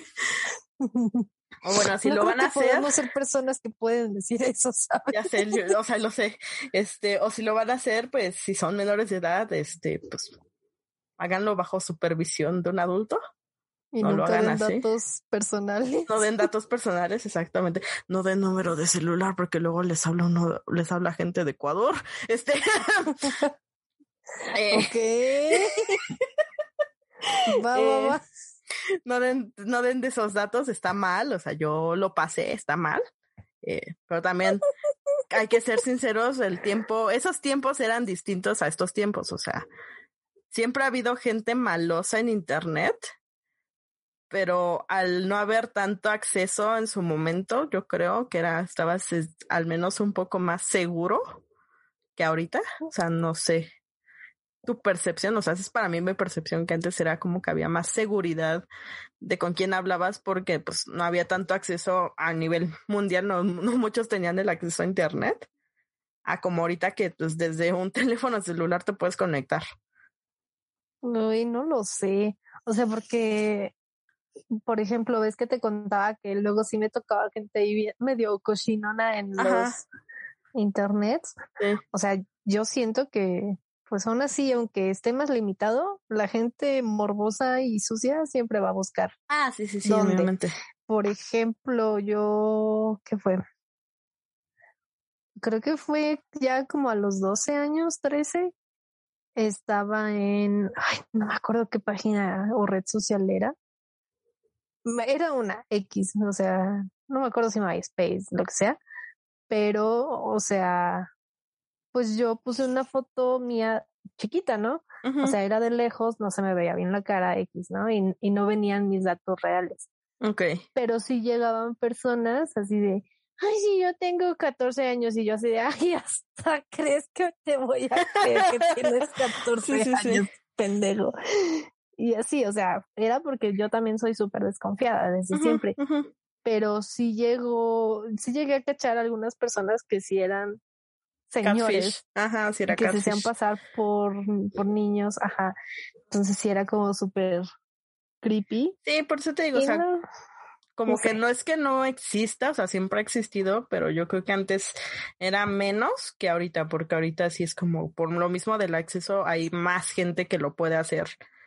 Speaker 2: O bueno, si
Speaker 3: no
Speaker 2: lo
Speaker 3: creo
Speaker 2: van
Speaker 3: que
Speaker 2: a hacer.
Speaker 3: podemos ser personas que pueden decir eso, ¿sabes?
Speaker 2: Ya sé, yo, o sea, lo sé. Este, o si lo van a hacer, pues si son menores de edad, este, pues háganlo bajo supervisión de un adulto.
Speaker 3: Y
Speaker 2: no lo
Speaker 3: nunca
Speaker 2: hagan
Speaker 3: den
Speaker 2: así.
Speaker 3: datos personales.
Speaker 2: No den datos personales, exactamente. No den número de celular porque luego les habla uno, les habla gente de Ecuador. Este.
Speaker 3: eh, ok. va, va, va.
Speaker 2: Eh, no den, no den de esos datos, está mal. O sea, yo lo pasé, está mal. Eh, pero también hay que ser sinceros, el tiempo, esos tiempos eran distintos a estos tiempos. O sea, siempre ha habido gente malosa en internet. Pero al no haber tanto acceso en su momento, yo creo que era, estabas al menos un poco más seguro que ahorita. O sea, no sé, tu percepción, o sea, es para mí mi percepción que antes era como que había más seguridad de con quién hablabas porque pues no había tanto acceso a nivel mundial, no, no muchos tenían el acceso a internet, a como ahorita que pues desde un teléfono celular te puedes conectar.
Speaker 3: No, y no lo sé, o sea, porque por ejemplo, ves que te contaba que luego sí me tocaba gente medio cochinona en Ajá. los internets.
Speaker 2: Sí.
Speaker 3: O sea, yo siento que, pues aún así, aunque esté más limitado, la gente morbosa y sucia siempre va a buscar.
Speaker 2: Ah, sí, sí, sí,
Speaker 3: ¿Dónde?
Speaker 2: obviamente.
Speaker 3: Por ejemplo, yo, ¿qué fue? Creo que fue ya como a los doce años, trece. Estaba en, ay, no me acuerdo qué página o red social era. Era una X, o sea, no me acuerdo si MySpace, lo que sea, pero, o sea, pues yo puse una foto mía chiquita, ¿no? Uh-huh. O sea, era de lejos, no se me veía bien la cara X, ¿no? Y, y no venían mis datos reales.
Speaker 2: Okay.
Speaker 3: Pero sí llegaban personas así de, ay, sí, yo tengo catorce años, y yo así de, ay, hasta crees que te voy a creer que tienes catorce sí, sí, años, sí. pendejo. Y así, o sea, era porque yo también soy súper desconfiada desde uh-huh, siempre. Uh-huh. Pero sí llegó, sí llegué a cachar a algunas personas que sí eran señores.
Speaker 2: Catfish. Ajá, sí era
Speaker 3: que
Speaker 2: catfish.
Speaker 3: se hacían pasar por, por niños, ajá. Entonces sí era como súper creepy.
Speaker 2: Sí, por eso te digo, y o sea, no, como no que sé. No es que no exista, o sea, siempre ha existido, pero yo creo que antes era menos que ahorita, porque ahorita sí es como, por lo mismo del acceso, hay más gente que lo puede hacer.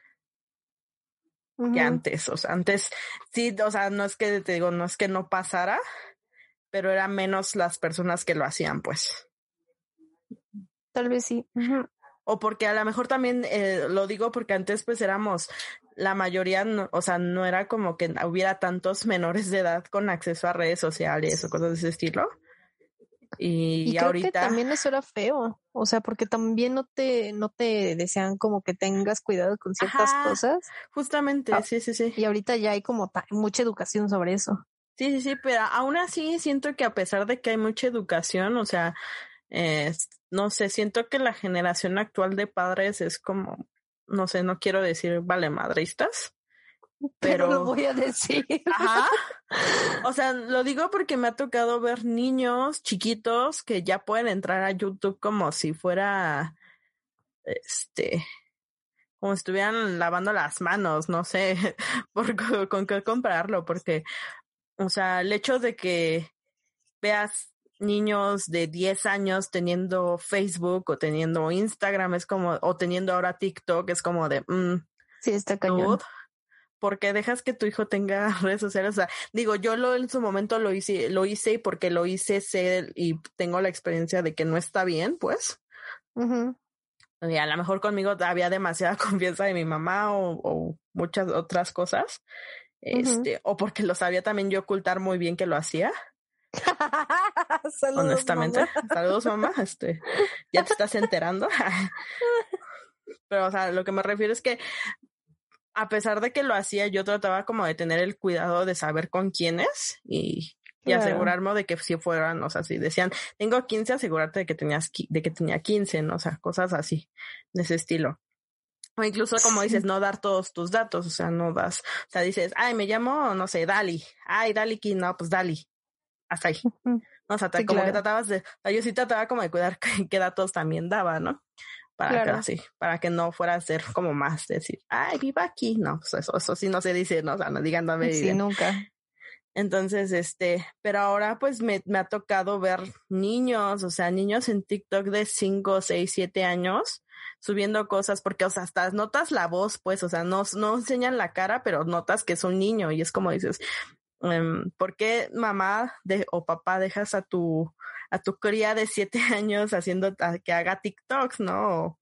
Speaker 2: Que uh-huh. antes, o sea, antes sí, o sea, no es que te digo, no es que no pasara, pero eran menos las personas que lo hacían, pues.
Speaker 3: Tal vez sí. Uh-huh.
Speaker 2: O porque a lo mejor también, eh, lo digo porque antes pues éramos, la mayoría, no, o sea, no era como que hubiera tantos menores de edad con acceso a redes sociales o cosas de ese estilo. Y,
Speaker 3: y creo
Speaker 2: ahorita...
Speaker 3: que también eso era feo, o sea, porque también no te, no te desean como que tengas cuidado con ciertas
Speaker 2: Ajá,
Speaker 3: cosas.
Speaker 2: Justamente, ah, sí, sí, sí.
Speaker 3: Y ahorita ya hay como ta- mucha educación sobre eso.
Speaker 2: Sí, sí, sí, pero aún así siento que a pesar de que hay mucha educación, o sea, eh, no sé, siento que la generación actual de padres es como, no sé, no quiero decir vale madristas. Pero,
Speaker 3: pero lo voy a decir.
Speaker 2: Ajá. O sea, lo digo porque me ha tocado ver niños chiquitos que ya pueden entrar a YouTube como si fuera, este, como si estuvieran lavando las manos, no sé por, con qué compararlo, porque, o sea, el hecho de que veas niños de diez años teniendo Facebook o teniendo Instagram es como, o teniendo ahora TikTok, es como de, mm,
Speaker 3: sí, está cañón.
Speaker 2: Porque dejas que tu hijo tenga redes sociales. O sea, digo, yo lo en su momento lo hice, lo hice y porque lo hice sé y tengo la experiencia de que no está bien, pues.
Speaker 3: Uh-huh.
Speaker 2: Y a lo mejor conmigo había demasiada confianza de mi mamá o, o muchas otras cosas. Este, uh-huh. O porque lo sabía también yo ocultar muy bien que lo hacía.
Speaker 3: Saludos,
Speaker 2: honestamente.
Speaker 3: Mamá.
Speaker 2: Saludos, mamá. Este, ya te estás enterando. Pero, o sea, lo que me refiero es que a pesar de que lo hacía, yo trataba como de tener el cuidado de saber con quiénes y, y
Speaker 3: Claro.
Speaker 2: asegurarme de que si fueran, o sea, si decían, tengo quince, asegurarte de que tenías, qui- de que tenía quince, ¿no? O sea, cosas así, de ese estilo. O incluso, como
Speaker 3: Sí.
Speaker 2: dices, no dar todos tus datos, o sea, no das, o sea, dices, ay, me llamo, no sé, Dali, ay, Dali, ¿quién? No, pues Dali, hasta ahí.
Speaker 3: Ujú.
Speaker 2: O sea, ta-
Speaker 3: Sí,
Speaker 2: como que
Speaker 3: claro.
Speaker 2: tratabas de, o sea, yo sí trataba como de cuidar qué, qué datos también daba, ¿no? Para que
Speaker 3: Claro.
Speaker 2: así, para que no fuera a ser como más decir, ay, viva aquí. No, pues eso, eso sí no se dice, no, o sea, no digan dónde
Speaker 3: Sí,
Speaker 2: viven.
Speaker 3: nunca.
Speaker 2: Entonces, este, pero ahora pues me, me ha tocado ver niños, o sea, niños en TikTok de cinco, seis, siete años subiendo cosas, porque, o sea, hasta notas la voz, pues, o sea, no, no enseñan la cara, pero notas que es un niño y es como dices, um, ¿por qué mamá de, o papá dejas a tu, a tu cría de siete años haciendo a, que haga TikToks, ¿no?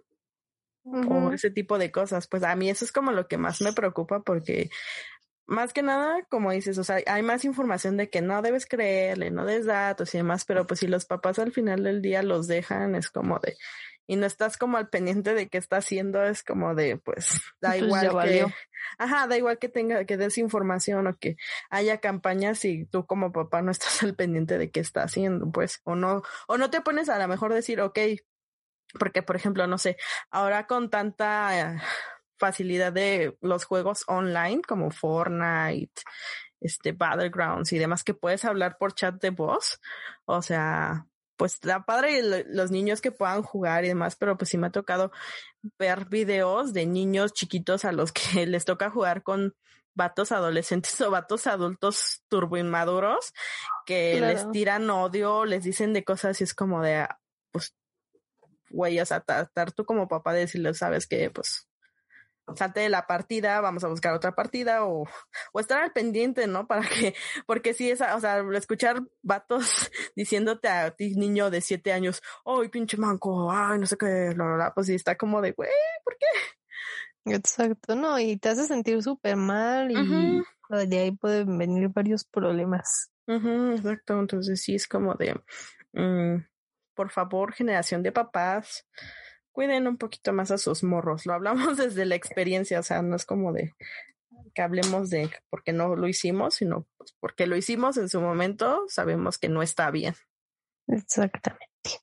Speaker 2: O, o
Speaker 3: Ujú.
Speaker 2: ese tipo de cosas. Pues a mí eso es como lo que más me preocupa porque más que nada, como dices, o sea, hay más información de que no debes creerle, no des datos y demás, pero pues si los papás al final del día los dejan, es como de, y no estás como al pendiente de qué está haciendo, es como de, pues, da
Speaker 3: Pues ya
Speaker 2: igual que,
Speaker 3: valió.
Speaker 2: ajá, da igual que tenga, que des información o que haya campañas y tú como papá no estás al pendiente de qué está haciendo, pues, o no, o no te pones a lo mejor decir, ok, porque por ejemplo, no sé, ahora con tanta eh, facilidad de los juegos online como Fortnite, este Battlegrounds y demás que puedes hablar por chat de voz, o sea, pues está padre lo- los niños que puedan jugar y demás, pero pues sí me ha tocado ver videos de niños chiquitos a los que les toca jugar con vatos adolescentes o vatos adultos turbo inmaduros que les
Speaker 3: Claro.
Speaker 2: tiran odio, les dicen de cosas y es como de, ah, pues, güey, o sea, tratar tú como papá de decirle, sabes que, pues, salte de la partida, vamos a buscar otra partida o, o estar al pendiente, ¿no? Para que, porque si esa, o sea, escuchar vatos diciéndote a ti, niño de siete años, ay, pinche manco, ay, no sé qué, bla, bla, bla, pues sí está como de, güey, ¿por qué?
Speaker 3: Exacto, no, y te hace sentir súper mal
Speaker 2: Ujú,
Speaker 3: y de ahí pueden venir varios problemas.
Speaker 2: ujú, exacto, entonces sí es como de, mm, por favor, generación de papás, cuiden un poquito más a sus morros. Lo hablamos desde la experiencia, o sea, no es como de que hablemos de por qué no lo hicimos, sino pues, porque lo hicimos en su momento, sabemos que no está bien.
Speaker 3: Exactamente.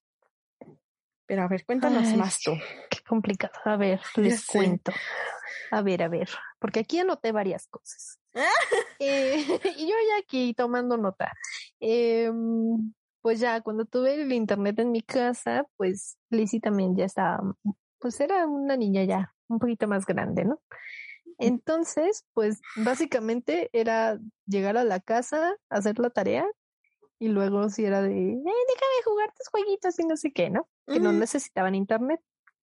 Speaker 2: Pero a ver, cuéntanos
Speaker 3: Ay,
Speaker 2: más tú.
Speaker 3: qué complicado. A ver,
Speaker 2: Ya
Speaker 3: les
Speaker 2: sé.
Speaker 3: cuento. A ver, a ver, porque aquí anoté varias cosas. Eh, y yo ya aquí tomando nota. Eh, pues ya cuando tuve el internet en mi casa, pues Lizzie también ya estaba, pues era una niña ya un poquito más grande, ¿no? Entonces, pues básicamente era llegar a la casa, hacer la tarea y luego si era de, eh, déjame jugar tus jueguitos y no sé qué, ¿no? Que no
Speaker 2: Ujú.
Speaker 3: necesitaban internet.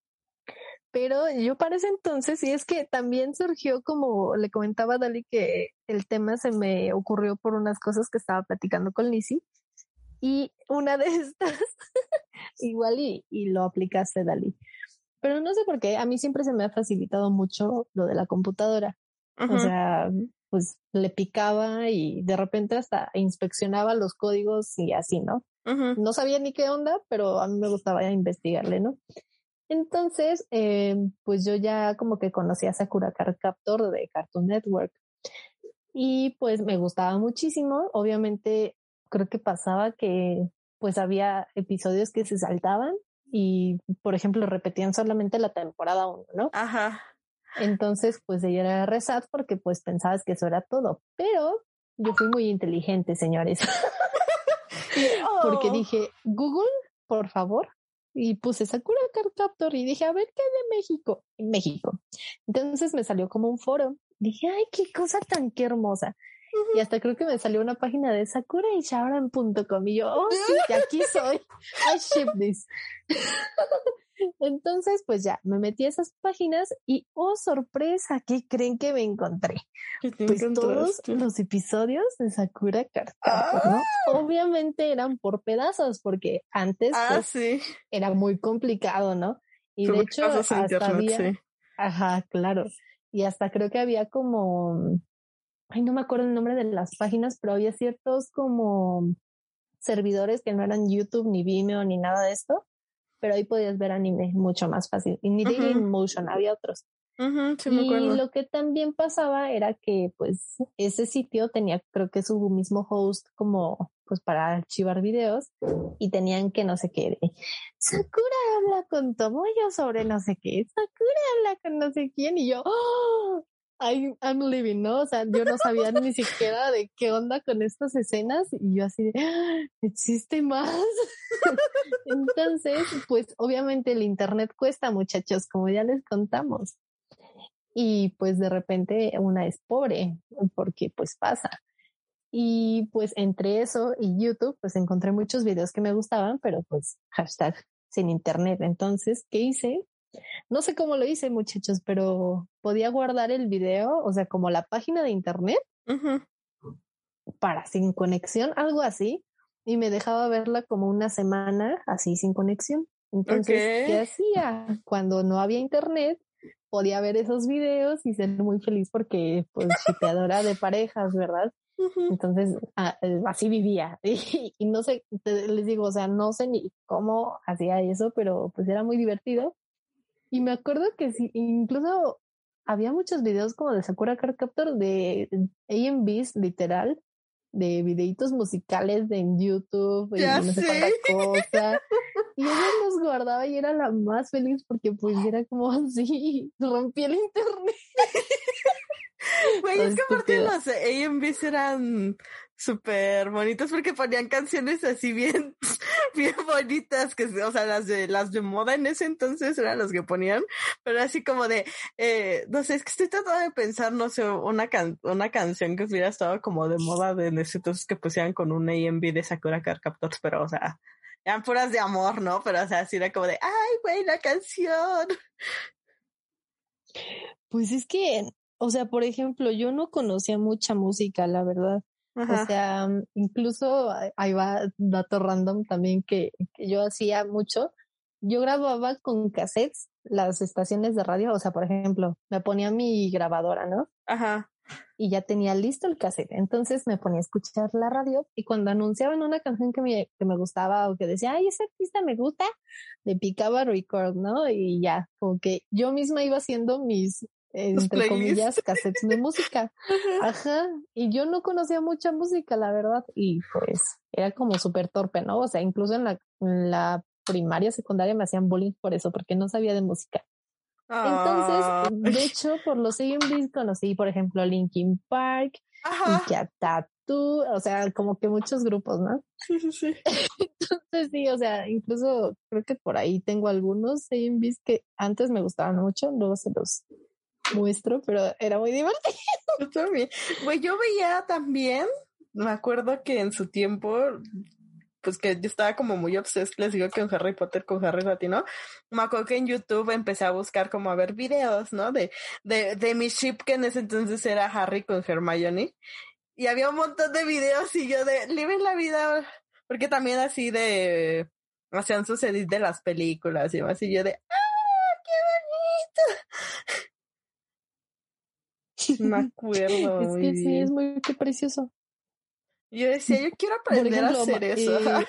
Speaker 3: Pero yo para ese entonces, y es que también surgió como le comentaba a Dali que el tema se me ocurrió por unas cosas que estaba platicando con Lizzie y una de estas igual y, y lo aplicaste, Dali. Pero no sé por qué, a mí siempre se me ha facilitado mucho lo de la computadora. O
Speaker 2: Ujú.
Speaker 3: sea, pues le picaba y de repente hasta inspeccionaba los códigos y así, ¿no?
Speaker 2: Ujú.
Speaker 3: No sabía ni qué onda, pero a mí me gustaba investigarle, ¿no? Entonces, eh, pues yo ya como que conocí a Sakura Card Captor de Cartoon Network y pues me gustaba muchísimo. Obviamente creo que pasaba que pues había episodios que se saltaban y por ejemplo repetían solamente la temporada uno, ¿no?
Speaker 2: Ajá.
Speaker 3: Entonces pues ella era resat porque pues pensabas que eso era todo, pero yo fui muy inteligente, señores.
Speaker 2: Y,
Speaker 3: Porque
Speaker 2: oh.
Speaker 3: dije, Google, por favor, y puse Sakura Card Captor y dije, a ver qué hay de México, en México. Entonces me salió como un foro. Dije, ay, qué cosa tan qué hermosa. Y hasta creo que me salió una página de sakura y shaoran punto com y yo, oh sí, aquí soy. I ship this. Entonces, pues ya, me metí a esas páginas y, oh, sorpresa, ¿qué creen que me encontré?
Speaker 2: ¿Qué te
Speaker 3: Pues todos
Speaker 2: encontraste?
Speaker 3: los episodios de Sakura Card Captor,
Speaker 2: Ah,
Speaker 3: ¿no? Obviamente eran por pedazos, porque antes,
Speaker 2: ah,
Speaker 3: pues,
Speaker 2: sí.
Speaker 3: era muy complicado, ¿no? Y de
Speaker 2: Subir
Speaker 3: hecho,
Speaker 2: cosas a
Speaker 3: hasta
Speaker 2: internet,
Speaker 3: había,
Speaker 2: sí.
Speaker 3: ajá, claro, y hasta creo que había como, ay, no me acuerdo el nombre de las páginas, pero había ciertos como servidores que no eran YouTube, ni Vimeo, ni nada de esto, pero ahí podías ver anime mucho más fácil. Y ni
Speaker 2: Ujú,
Speaker 3: Dailymotion, había otros.
Speaker 2: Uh-huh, sí, me
Speaker 3: Y
Speaker 2: acuerdo.
Speaker 3: lo que también pasaba era que pues ese sitio tenía creo que su mismo host como pues para archivar videos y tenían que no sé qué de Sakura habla con Tomoyo sobre no sé qué, Sakura habla con no sé quién y yo ¡oh! I, I'm living, ¿no? O sea, yo no sabía ni siquiera de qué onda con estas escenas y yo así de ¡ah! ¿Existe más? Entonces, pues obviamente el internet cuesta, muchachos, como ya les contamos. Y pues de repente una es pobre, porque pues pasa. Y pues entre eso y YouTube, pues encontré muchos videos que me gustaban, pero pues hashtag sin internet. Entonces, ¿qué hice? No sé cómo lo hice, muchachos, pero podía guardar el video, o sea, como la página de internet
Speaker 2: Uh-huh.
Speaker 3: para sin conexión, algo así, y me dejaba verla como una semana así sin conexión. Entonces,
Speaker 2: Okay.
Speaker 3: ¿qué hacía? Cuando no había internet, podía ver esos videos y ser muy feliz porque, pues, shipeadora de parejas, ¿verdad?
Speaker 2: Uh-huh.
Speaker 3: Entonces, ah, así vivía. Y, y no sé, te, les digo, o sea, no sé ni cómo hacía eso, pero pues era muy divertido. Y me acuerdo que sí, incluso había muchos videos como de Sakura Card Captor de A M Vs, literal, de videitos musicales de en YouTube y
Speaker 2: Ya
Speaker 3: no sé
Speaker 2: sé.
Speaker 3: cuánta cosa. Y esos los guardaba y era la más feliz porque pues era como así, rompí el internet.
Speaker 2: Güey,
Speaker 3: Todo
Speaker 2: es que aparte
Speaker 3: estúpido.
Speaker 2: los A M Vs eran súper bonitos porque ponían canciones así bien, bien bonitas, que, o sea, las de, las de moda en ese entonces eran las que ponían, pero así como de, eh, no sé, es que estoy tratando de pensar, no sé, una can, una canción que hubiera estado como de moda de en ese entonces que pusieran con un A M V de Sakura Card Captors, pero, o sea, eran puras de amor, ¿no? Pero, o sea, así era como de, ay, güey, la canción.
Speaker 3: Pues es que, o sea, por ejemplo, yo no conocía mucha música, la verdad. O
Speaker 2: Ajá.
Speaker 3: sea, incluso ahí va dato random también que, que yo hacía mucho. Yo grababa con cassettes las estaciones de radio. O sea, por ejemplo, me ponía mi grabadora, ¿no?
Speaker 2: Ajá.
Speaker 3: Y ya tenía listo el cassette. Entonces me ponía a escuchar la radio y cuando anunciaban una canción que me, que me gustaba o que decía, ay, ese artista me gusta, le picaba record, ¿no? Y ya, como que yo misma iba haciendo mis,
Speaker 2: Los
Speaker 3: entre
Speaker 2: playlists.
Speaker 3: comillas, cassettes de música. Ajá. Y yo no conocía mucha música, la verdad. Y pues era como súper torpe, ¿no? O sea, incluso en la, en la primaria, secundaria me hacían bullying por eso, porque no sabía de música. Entonces,
Speaker 2: Oh.
Speaker 3: de hecho, por los A M Vs conocí, por ejemplo, Linkin Park,
Speaker 2: Ajá.
Speaker 3: Ika Tattoo, o sea, como que muchos grupos, ¿no?
Speaker 2: Sí, sí, sí.
Speaker 3: Entonces, sí, o sea, incluso creo que por ahí tengo algunos A M Vs que antes me gustaban mucho, luego se los muestro, pero era muy divertido.
Speaker 2: Yo también. Güey, yo veía también, me acuerdo que en su tiempo, pues que yo estaba como muy obses, les digo que en Harry Potter con Harry Latino, me acuerdo que en YouTube empecé a buscar como a ver videos, ¿no? De, de, de mi ship que en ese entonces era Harry con Hermione. Y había un montón de videos y yo de, viven la vida, porque también así de, hacían sus edits de las películas y demás, y yo de, ¡ah, qué bonito! Me acuerdo
Speaker 3: Es
Speaker 2: muy
Speaker 3: que sí, es
Speaker 2: bien.
Speaker 3: muy qué precioso.
Speaker 2: Yo decía, yo quiero
Speaker 3: Por
Speaker 2: aprender a
Speaker 3: ejemplo,
Speaker 2: hacer eso.
Speaker 3: eh,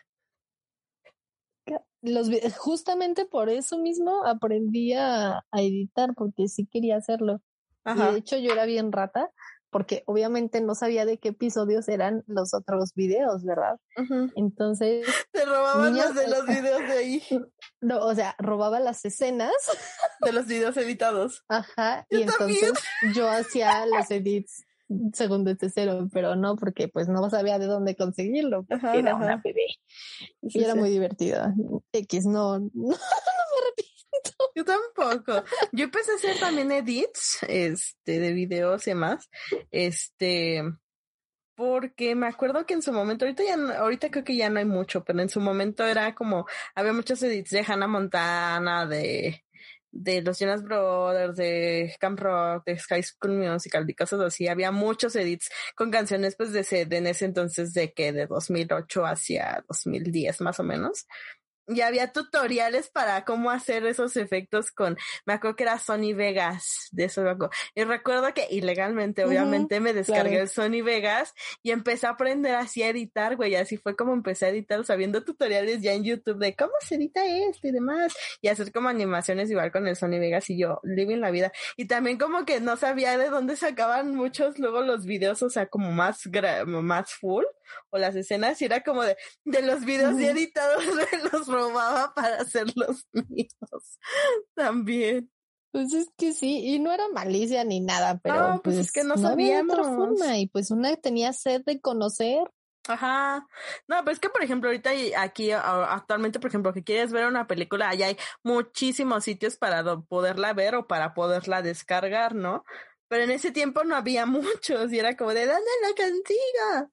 Speaker 3: los, justamente por eso mismo aprendí a, a editar, porque sí quería hacerlo. Y de
Speaker 2: Ajá.
Speaker 3: hecho yo era bien rata, porque obviamente no sabía de qué episodios eran los otros videos, ¿verdad?
Speaker 2: Uh-huh.
Speaker 3: Entonces,
Speaker 2: Te robaban
Speaker 3: niña,
Speaker 2: los de los videos de ahí,
Speaker 3: no, o sea, robaba las escenas,
Speaker 2: de los videos editados.
Speaker 3: ajá,
Speaker 2: Yo
Speaker 3: y
Speaker 2: también.
Speaker 3: entonces yo hacía los edits según desde cero, pero no, porque pues no sabía de dónde conseguirlo,
Speaker 2: Ajá,
Speaker 3: porque era una
Speaker 2: ajá.
Speaker 3: bebé.
Speaker 2: Sí,
Speaker 3: Y era
Speaker 2: sí.
Speaker 3: muy divertida. X, no, no, no me arrepiento.
Speaker 2: Yo tampoco. Yo empecé a hacer también edits, este, de videos y demás. Este, porque me acuerdo que en su momento, ahorita ya no, ahorita creo que ya no hay mucho, pero en su momento era como, había muchos edits de Hannah Montana, de, de los Jonas Brothers, de Camp Rock, de High School Musical y cosas así. Había muchos edits con canciones pues de, ese, de en ese entonces de que de dos mil ocho hacia dos mil diez más o menos. y había tutoriales para cómo hacer esos efectos con, me acuerdo que era Sony Vegas, de eso me acuerdo. Y recuerdo que ilegalmente, obviamente, uh-huh, me descargué claro. el Sony Vegas y empecé a aprender así a editar, güey, así fue como empecé a editar, o sea, viendo tutoriales ya en YouTube de cómo se edita esto y demás, y hacer como animaciones igual con el Sony Vegas y yo, living la vida. Y también como que no sabía de dónde sacaban muchos luego los videos, o sea, como más, gra- más full, o las escenas, y era como de, de los videos uh-huh. ya editados, me los robaba para hacer los míos también.
Speaker 3: Pues es que sí, y no era malicia ni nada, pero
Speaker 2: no, pues,
Speaker 3: pues
Speaker 2: es que no,
Speaker 3: no
Speaker 2: sabíamos.
Speaker 3: había otra forma, y pues una tenía sed de conocer.
Speaker 2: Ajá, no, pero es que por ejemplo ahorita aquí actualmente, por ejemplo, que quieres ver una película, allá hay muchísimos sitios para poderla ver o para poderla descargar, ¿no? Pero en ese tiempo no había muchos y era como de ¿dónde la consigo?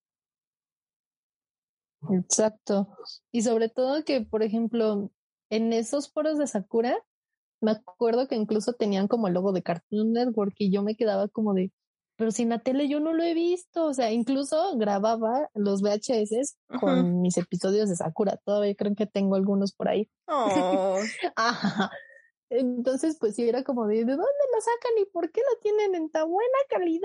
Speaker 3: Exacto. Y sobre todo que, por ejemplo, en esos foros de Sakura, me acuerdo que incluso tenían como el logo de Cartoon Network y yo me quedaba como de, pero si en la tele yo no lo he visto. O sea, incluso grababa los V H S con uh-huh. mis episodios de Sakura. Todavía creo que tengo algunos por ahí.
Speaker 2: Oh.
Speaker 3: Ajá. Entonces, pues sí, era como de, ¿de dónde lo sacan y por qué lo tienen en tan buena calidad?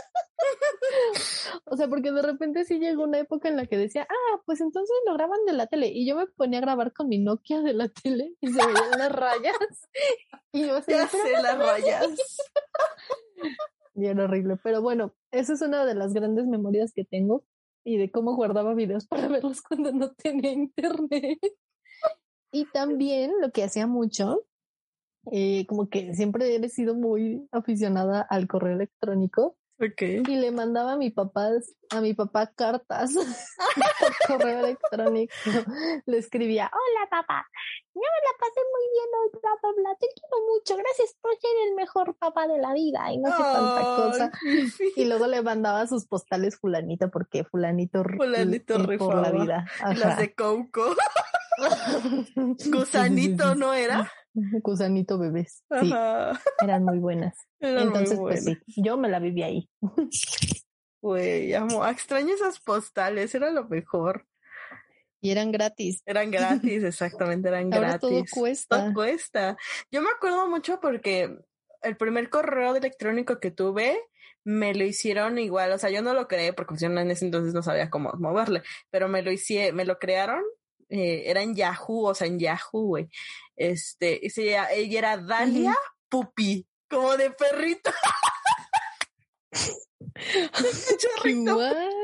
Speaker 3: O sea, porque de repente sí llegó una época en la que decía, ah, pues entonces lo graban de la tele. Y yo me ponía a grabar con mi Nokia de la tele y se veían las rayas. Y yo así,
Speaker 2: ya sé las rayas.
Speaker 3: Y era horrible. Pero bueno, esa es una de las grandes memorias que tengo y de cómo guardaba videos para verlos cuando no tenía internet. Y también lo que hacía mucho, Eh, como que siempre he sido muy aficionada al correo electrónico.
Speaker 2: Okay.
Speaker 3: Y le mandaba a mi papá, a mi papá cartas por correo electrónico. Le escribía, hola papá, yo me la pasé muy bien hoy, bla, bla, bla, te quiero mucho, gracias por ser el mejor papá de la vida, y no sé oh, tanta cosa. Y luego le mandaba sus postales fulanito, porque fulanito,
Speaker 2: fulanito
Speaker 3: r- por la vida.
Speaker 2: Ajá. Y las de Coco. Gusanito, sí, sí, sí. ¿No era?
Speaker 3: Gusanito bebés. Sí,
Speaker 2: ajá.
Speaker 3: Eran muy buenas.
Speaker 2: Eran
Speaker 3: Entonces,
Speaker 2: muy buenas.
Speaker 3: pues sí, yo me la viví ahí.
Speaker 2: Güey, amo, extraño esas postales, era lo mejor.
Speaker 3: Y eran gratis.
Speaker 2: Eran gratis, exactamente, eran
Speaker 3: Ahora
Speaker 2: gratis.
Speaker 3: todo cuesta.
Speaker 2: Todo cuesta. Yo me acuerdo mucho porque el primer correo electrónico que tuve me lo hicieron igual, o sea, yo no lo creé porque yo en ese entonces no sabía cómo moverle, pero me lo hice, me lo crearon. Eh, era en Yahoo, o sea, en Yahoo, güey. Este, y se, ella era Dalia uh-huh. Pupi, como de perrito. Cachorrito.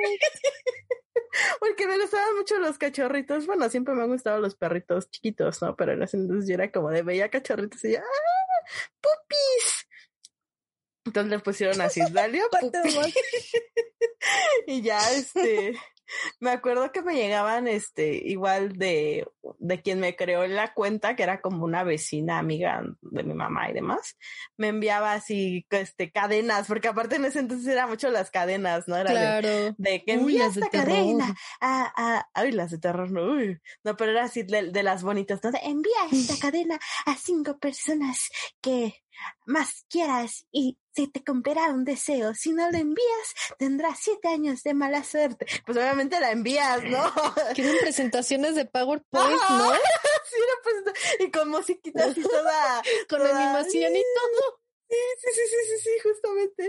Speaker 2: Porque me gustaban mucho los cachorritos. Bueno, siempre me han gustado los perritos chiquitos, ¿no? Pero en ese entonces yo era como de veía cachorritos y ya, ¡ah! ¡Pupis! Entonces le pusieron así, Dalia Pupi. Y ya, este... Me acuerdo que me llegaban, este, igual de, de quien me creó la cuenta, que era como una vecina, amiga de mi mamá y demás, me enviaba así, este, cadenas, porque aparte en ese entonces era mucho las cadenas, ¿no? Era
Speaker 3: claro.
Speaker 2: de, de que envía esta cadena a, a, ay, las de terror, no, uy, no, pero era así de, de las bonitas, ¿no? De, envía esta cadena a cinco personas que más quieras y se te cumplirá un deseo. Si no lo envías, tendrás siete años de mala suerte. Pues obviamente la envías, ¿no?
Speaker 3: Quieren presentaciones de PowerPoint,
Speaker 2: ¡ah!
Speaker 3: ¿no?
Speaker 2: Sí, pues, y con musiquita así toda...
Speaker 3: con
Speaker 2: toda...
Speaker 3: animación y todo.
Speaker 2: Sí, sí, sí, sí, sí, sí, justamente.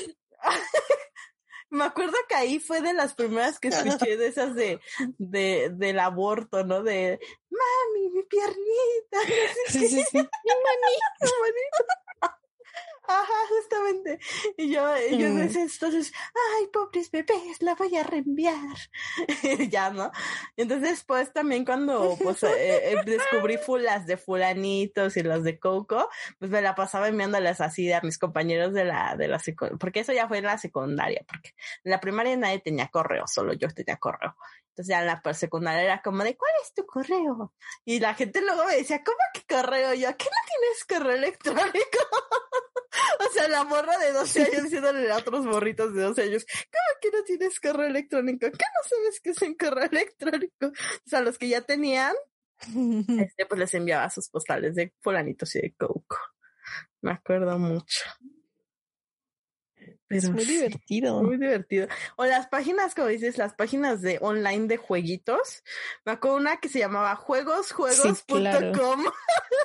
Speaker 2: Me acuerdo que ahí fue de las primeras que escuché de esas de, de, del aborto, ¿no? De, mami, mi piernita. No sé
Speaker 3: sí, sí, sí. Mi manito.
Speaker 2: Mi manito. Ajá, justamente. Y yo, y yo mm. decía, entonces, ay, pobres bebés, la voy a reenviar. Ya, ¿no? Entonces, después también cuando, pues, eh, eh, descubrí las de fulanitos y las de Coco, pues me la pasaba enviándolas así a mis compañeros de la, de la secundaria, porque eso ya fue en la secundaria, porque en la primaria nadie tenía correo, solo yo tenía correo. Entonces ya en la secundaria era como de, ¿cuál es tu correo? Y la gente luego me decía, ¿cómo que correo? Y yo, ¿qué no tienes correo electrónico? O sea, la morra de doce años diciéndole a otros morritos de doce años, ¿cómo que no tienes correo electrónico? ¿Qué no sabes qué es un correo electrónico? O sea, los que ya tenían, este, pues les enviaba sus postales de fulanitos y de Coco. Me acuerdo mucho. Pero
Speaker 3: es muy
Speaker 2: sí,
Speaker 3: divertido.
Speaker 2: Muy divertido. O las páginas, como dices, las páginas de online de jueguitos. Me acuerdo una que se llamaba juegos juegos punto com.
Speaker 3: Sí,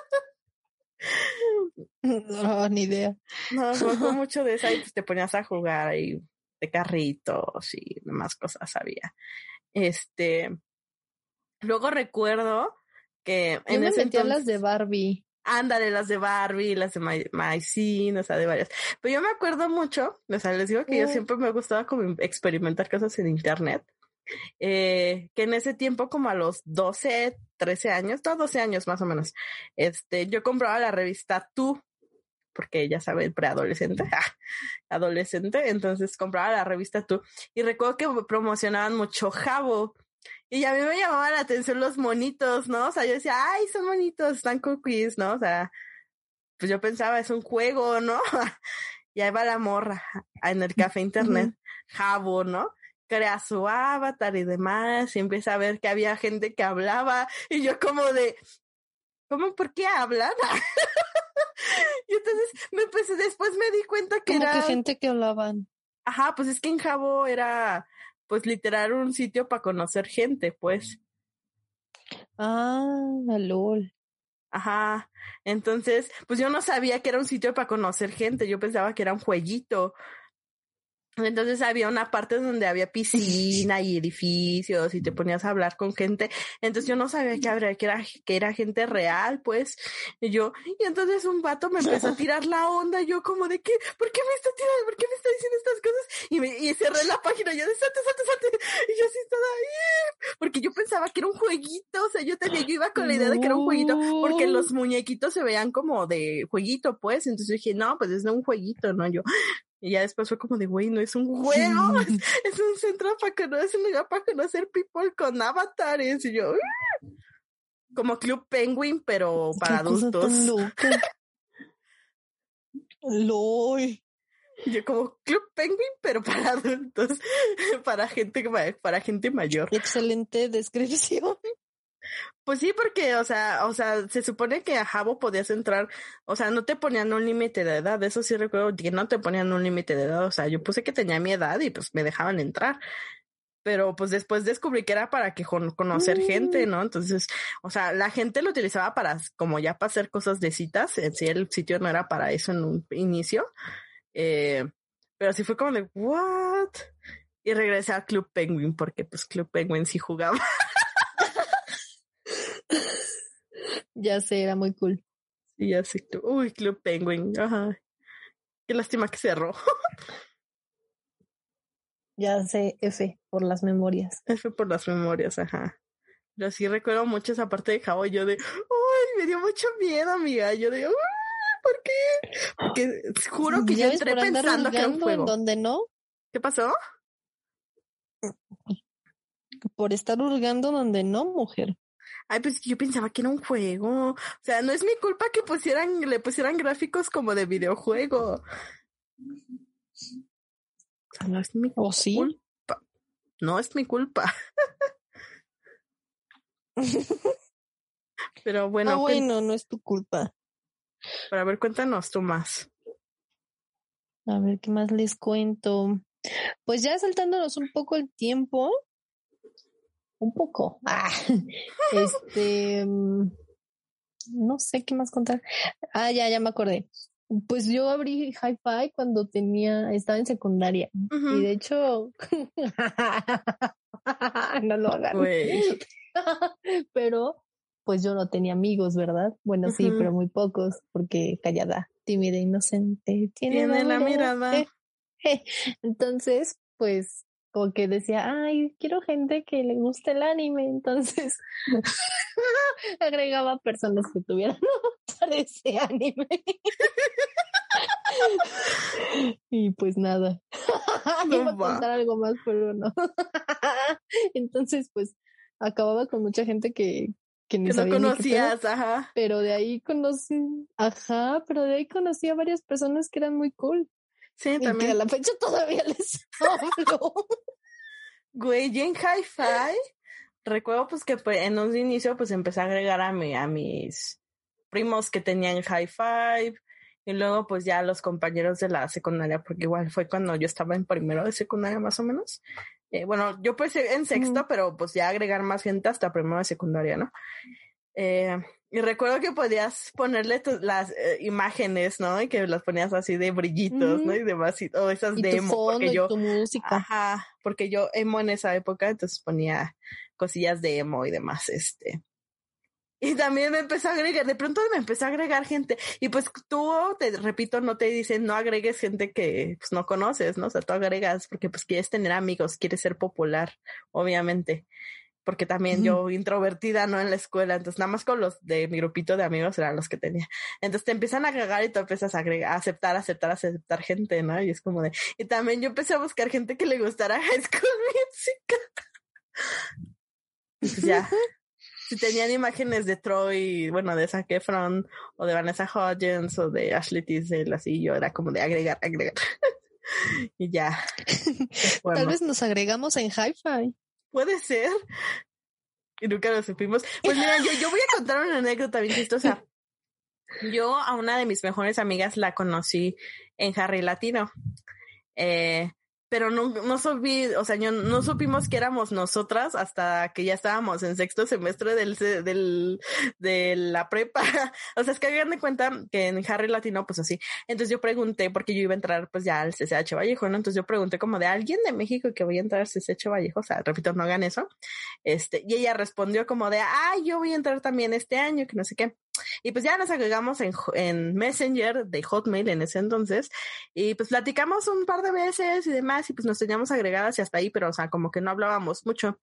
Speaker 3: no, ni idea.
Speaker 2: No, me acuerdo mucho de esa y pues te ponías a jugar ahí de carritos y demás cosas había. Este, luego recuerdo que
Speaker 3: Yo
Speaker 2: en
Speaker 3: me
Speaker 2: ese
Speaker 3: metí a
Speaker 2: entonces,
Speaker 3: las de Barbie.
Speaker 2: ándale, las de Barbie, las de My, My Scene, o sea, de varias. Pero yo me acuerdo mucho, o sea, les digo que yo
Speaker 3: Mm.
Speaker 2: siempre me gustaba como experimentar cosas en internet. Eh, que en ese tiempo, como a los doce, trece años, no, doce años más o menos, este, yo compraba la revista Tú, porque ya saben, preadolescente, adolescente, entonces compraba la revista Tú, y recuerdo que promocionaban mucho Jabo, y a mí me llamaban la atención los monitos, ¿no? O sea, yo decía, ay, son monitos, están cookies, ¿no? O sea, pues yo pensaba, es un juego, ¿no? Y ahí va la morra en el café internet, uh-huh. Jabo, ¿no? Crea su avatar y demás, y empieza a ver que había gente que hablaba, y yo como de, ¿cómo? ¿Por qué hablan? Y entonces me empecé, después me di cuenta que
Speaker 3: ¿Cómo
Speaker 2: era...
Speaker 3: que gente que hablaban?
Speaker 2: Ajá, pues es que en Jabo era, pues literal un sitio para conocer gente, pues.
Speaker 3: Ah, lol.
Speaker 2: Ajá, entonces, pues yo no sabía que era un sitio para conocer gente, yo pensaba que era un jueguito. Entonces había una parte donde había piscina y edificios y te ponías a hablar con gente. Entonces yo no sabía que, habría, que, era, que era gente real, pues. Y yo, y entonces un vato me empezó a tirar la onda. Y yo como de qué, ¿por qué me está tirando? ¿Por qué me está diciendo estas cosas? Y, me, y cerré la página y yo de salte, salte, salte. Y yo así estaba ahí. Porque yo pensaba que era un jueguito. O sea, yo tenía, yo iba con la idea de que era un jueguito. Porque los muñequitos se veían como de jueguito, pues. Entonces yo dije, no, pues es de un jueguito, ¿no? Yo... Y ya después fue como de, güey, no es un juego, es, es un centro para conocer, un lugar para conocer people con avatares. Y yo, ¡uh! Como Club Penguin, pero para
Speaker 3: ¿Qué cosa
Speaker 2: adultos.
Speaker 3: tan loca? ¡Lol!
Speaker 2: Yo como Club Penguin, pero para adultos, para gente, para gente mayor.
Speaker 3: Excelente descripción.
Speaker 2: Pues sí, porque, o sea, o sea, se supone que a Jabo podías entrar, o sea, no te ponían un límite de edad, eso sí recuerdo que no te ponían un límite de edad, o sea, yo puse que tenía mi edad y pues me dejaban entrar, pero pues después descubrí que era para que con, conocer mm. gente, ¿no? Entonces, o sea, la gente lo utilizaba para, como ya para hacer cosas de citas, en sí el sitio no era para eso en un inicio, eh, pero sí fue como de, ¿what? Y regresé a Club Penguin, porque pues Club Penguin sí jugaba.
Speaker 3: Ya sé, era muy cool.
Speaker 2: Sí, ya sé. Uy, Club Penguin. Ajá. Qué lástima que cerró.
Speaker 3: Ya sé, F, por las memorias.
Speaker 2: F por las memorias, ajá. Yo sí recuerdo mucho esa parte de Jabo. Yo de, uy, me dio mucho miedo, amiga. Yo de, uy, ¿por qué? Porque juro que yo entré pensando que era un juego.
Speaker 3: ¿En donde no?
Speaker 2: ¿Qué pasó?
Speaker 3: Por estar hurgando donde no, mujer.
Speaker 2: Ay, pues yo pensaba que era un juego. O sea, no es mi culpa que pusieran, le pusieran gráficos como de videojuego. O sea, no es mi
Speaker 3: ¿O sí?
Speaker 2: culpa. No es mi culpa. Pero bueno.
Speaker 3: Ah, bueno, no es tu culpa.
Speaker 2: Pero a ver, cuéntanos tú más.
Speaker 3: A ver, ¿qué más les cuento? Pues ya saltándonos un poco el tiempo. Un poco. Ah, este, no sé qué más contar. Ah, ya, ya me acordé. Pues yo abrí Hi-Fi cuando tenía, estaba en secundaria. Uh-huh. Y de hecho, no lo hagan. Pero, pues yo no tenía amigos, ¿verdad? Bueno, uh-huh. Sí, pero muy pocos, porque callada, tímida, inocente. Tiene,
Speaker 2: tiene la mirada.
Speaker 3: Eh, eh. Entonces, pues, como que decía, ay, quiero gente que le guste el anime, entonces agregaba personas que tuvieran para ese anime. Y pues nada, no iba a contar algo más, pero no. Entonces, pues, acababa con mucha gente que, que ni
Speaker 2: que
Speaker 3: sabía
Speaker 2: no conocías,
Speaker 3: ni qué,
Speaker 2: ajá.
Speaker 3: Pero de ahí conocí, ajá, pero de ahí conocí a varias personas que eran muy cool.
Speaker 2: Sí,
Speaker 3: y
Speaker 2: también.
Speaker 3: que a la fecha todavía les hablo.
Speaker 2: Güey, yo en Hi-Fi recuerdo pues que pues, en un inicio pues empecé a agregar a, mi, a mis primos que tenían Hi-Fi Y luego pues ya los compañeros de la secundaria, porque igual fue cuando yo estaba en primero de secundaria más o menos. Eh, bueno, yo pues en sexto, mm. pero pues ya agregar más gente hasta primero de secundaria, ¿no? Eh, y recuerdo que podías ponerle tu, las eh, imágenes, ¿no? Y que las ponías así de brillitos, mm-hmm. ¿no? Y demás, y, o esas
Speaker 3: y
Speaker 2: de emo,
Speaker 3: fondo,
Speaker 2: porque yo,
Speaker 3: y tu música.
Speaker 2: Ajá, porque yo emo en esa época, entonces ponía cosillas de emo y demás, este. Y también me empezó a agregar, de pronto me empezó a agregar gente. Y pues tú, te repito, no te dicen, no agregues gente que pues no conoces, ¿no? O sea, tú agregas porque pues quieres tener amigos, quieres ser popular, obviamente. Porque también mm. yo introvertida, ¿no? En la escuela, entonces nada más con los de mi grupito de amigos eran los que tenía. Entonces te empiezan a agregar y tú empiezas a agregar, a aceptar, aceptar, aceptar gente, ¿no? Y es como de... Y también yo empecé a buscar gente que le gustara High School Musical. Entonces ya... Si tenían imágenes de Troy, bueno, de Zac Efron, o de Vanessa Hudgens, o de Ashley Tisdale, así, yo era como de agregar, agregar. Y ya.
Speaker 3: Bueno. Tal vez nos agregamos en Hi-Fi.
Speaker 2: Puede ser. Y nunca lo supimos. Pues mira, yo, yo voy a contar una anécdota bien chistosa. Yo a una de mis mejores amigas la conocí en Harry Latino. Eh... Pero no, no supí, o sea, yo, no supimos que éramos nosotras hasta que ya estábamos en sexto semestre del, del, de la prepa. O sea, es que hagan de cuenta que en Harry Latino, pues así. Entonces yo pregunté, porque yo iba a entrar pues ya al C C H Vallejo, ¿no? Entonces yo pregunté como de alguien de México que voy a entrar al C C H Vallejo. O sea, repito, no hagan eso. Este, y ella respondió como de, ah, yo voy a entrar también este año, que no sé qué. Y pues ya nos agregamos en, en Messenger de Hotmail en ese entonces y pues platicamos un par de veces y demás y pues nos teníamos agregadas y hasta ahí, pero o sea, como que no hablábamos mucho.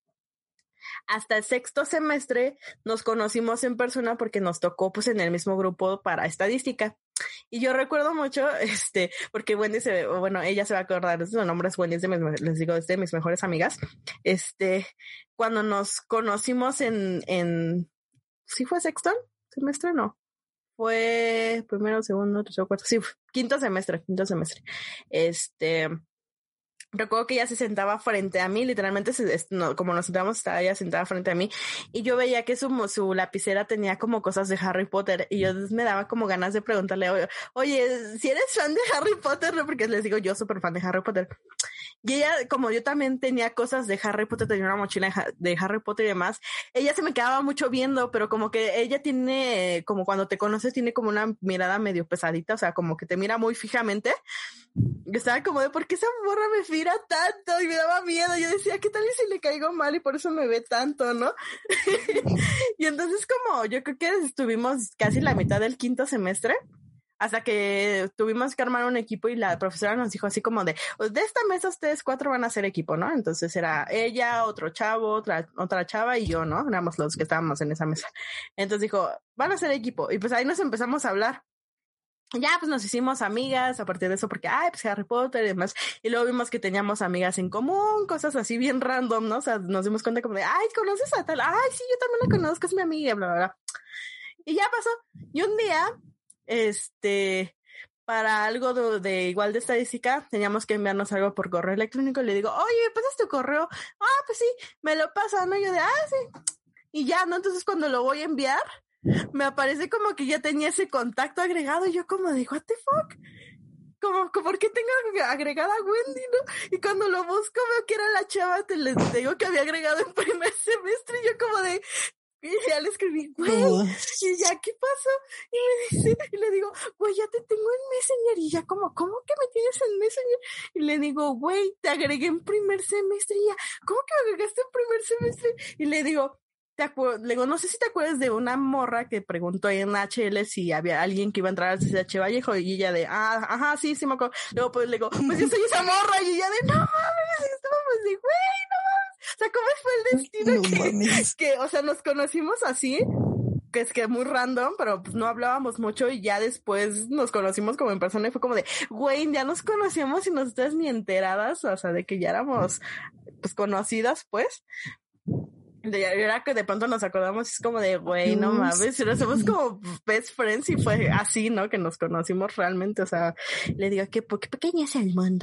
Speaker 2: Hasta el sexto semestre nos conocimos en persona porque nos tocó pues en el mismo grupo para estadística. Y yo recuerdo mucho, este, porque Wendy se, bueno, ella se va a acordar, su nombre es Wendy, es de mis, les digo, es de mis mejores amigas. Este, cuando nos conocimos en, en, ¿sí fue sexto semestre? No. Fue primero, segundo, tercero, cuarto, sí, quinto semestre, quinto semestre. Este, recuerdo que ella se sentaba frente a mí, literalmente, se, no, como nos sentamos, estaba ella sentada frente a mí, y yo veía que su, su lapicera tenía como cosas de Harry Potter, y yo me daba como ganas de preguntarle, oye, oye si eres fan de Harry Potter, ¿no? Porque les digo, yo súper fan de Harry Potter. Y ella, como yo también tenía cosas de Harry Potter, tenía una mochila de Harry Potter y demás, ella se me quedaba mucho viendo, pero como que ella tiene, como cuando te conoces, tiene como una mirada medio pesadita, o sea, como que te mira muy fijamente. Y estaba como de, ¿por qué esa morra me mira tanto? Y me daba miedo. Yo decía, ¿qué tal si le caigo mal y por eso me ve tanto, no? Y entonces como, yo creo que estuvimos casi la mitad del quinto semestre, hasta que tuvimos que armar un equipo y la profesora nos dijo así como de, de esta mesa ustedes cuatro van a hacer equipo, ¿no? Entonces era ella, otro chavo, otra, otra chava y yo, ¿no? Éramos los que estábamos en esa mesa. Entonces dijo, van a hacer equipo. Y pues ahí nos empezamos a hablar. Ya, pues nos hicimos amigas a partir de eso porque, ay, pues Harry Potter y demás. Y luego vimos que teníamos amigas en común, cosas así bien random, ¿no? O sea, nos dimos cuenta como de, ay, ¿conoces a tal? Ay, sí, yo también la conozco, es mi amiga, bla, bla, bla. Y ya pasó. Y un día... Este, para algo de, de igual de estadística, teníamos que enviarnos algo por correo electrónico y le digo, oye, ¿me pasas tu correo? Ah, pues sí, me lo pasa, ¿no? Y yo de, ah, sí. Y ya, ¿no? Entonces cuando lo voy a enviar, me aparece como que ya tenía ese contacto agregado y yo como de, what the fuck? Como, ¿por qué tengo agregada a Wendy, no? Y cuando lo busco veo que era la chava, te les digo que había agregado en primer semestre y yo como de... Y ya le escribí, güey, oh. Y ya, ¿qué pasó? Y me dice, y le digo, güey, ya te tengo en Messenger. Y ya como, ¿cómo que me tienes en Messenger? Y le digo, güey, te agregué en primer semestre. Y ya, ¿cómo que me agregaste en primer semestre? Y le digo, ¿te acuerdas? Le digo, no sé si te acuerdas de una morra que preguntó en H L si había alguien que iba a entrar al C C H Vallejo. Y ella de, ah, ajá, sí, sí me acuerdo. Luego pues le digo, pues yo soy esa morra. Y ella de, no mames, y estábamos de, güey, no mames. O sea, ¿cómo fue el destino no, que, que, o sea, nos conocimos así? Que es que muy random, pero pues no hablábamos mucho y ya después nos conocimos como en persona y fue como de, güey, ya nos conocíamos y no estás ni enteradas, o sea, de que ya éramos, pues, conocidas, pues. De ahora que de pronto nos acordamos, es como de, güey, no mames, pero somos como best friends y fue así, ¿no? Que nos conocimos realmente, o sea, le digo, ¿qué, qué pequeña es el mundo?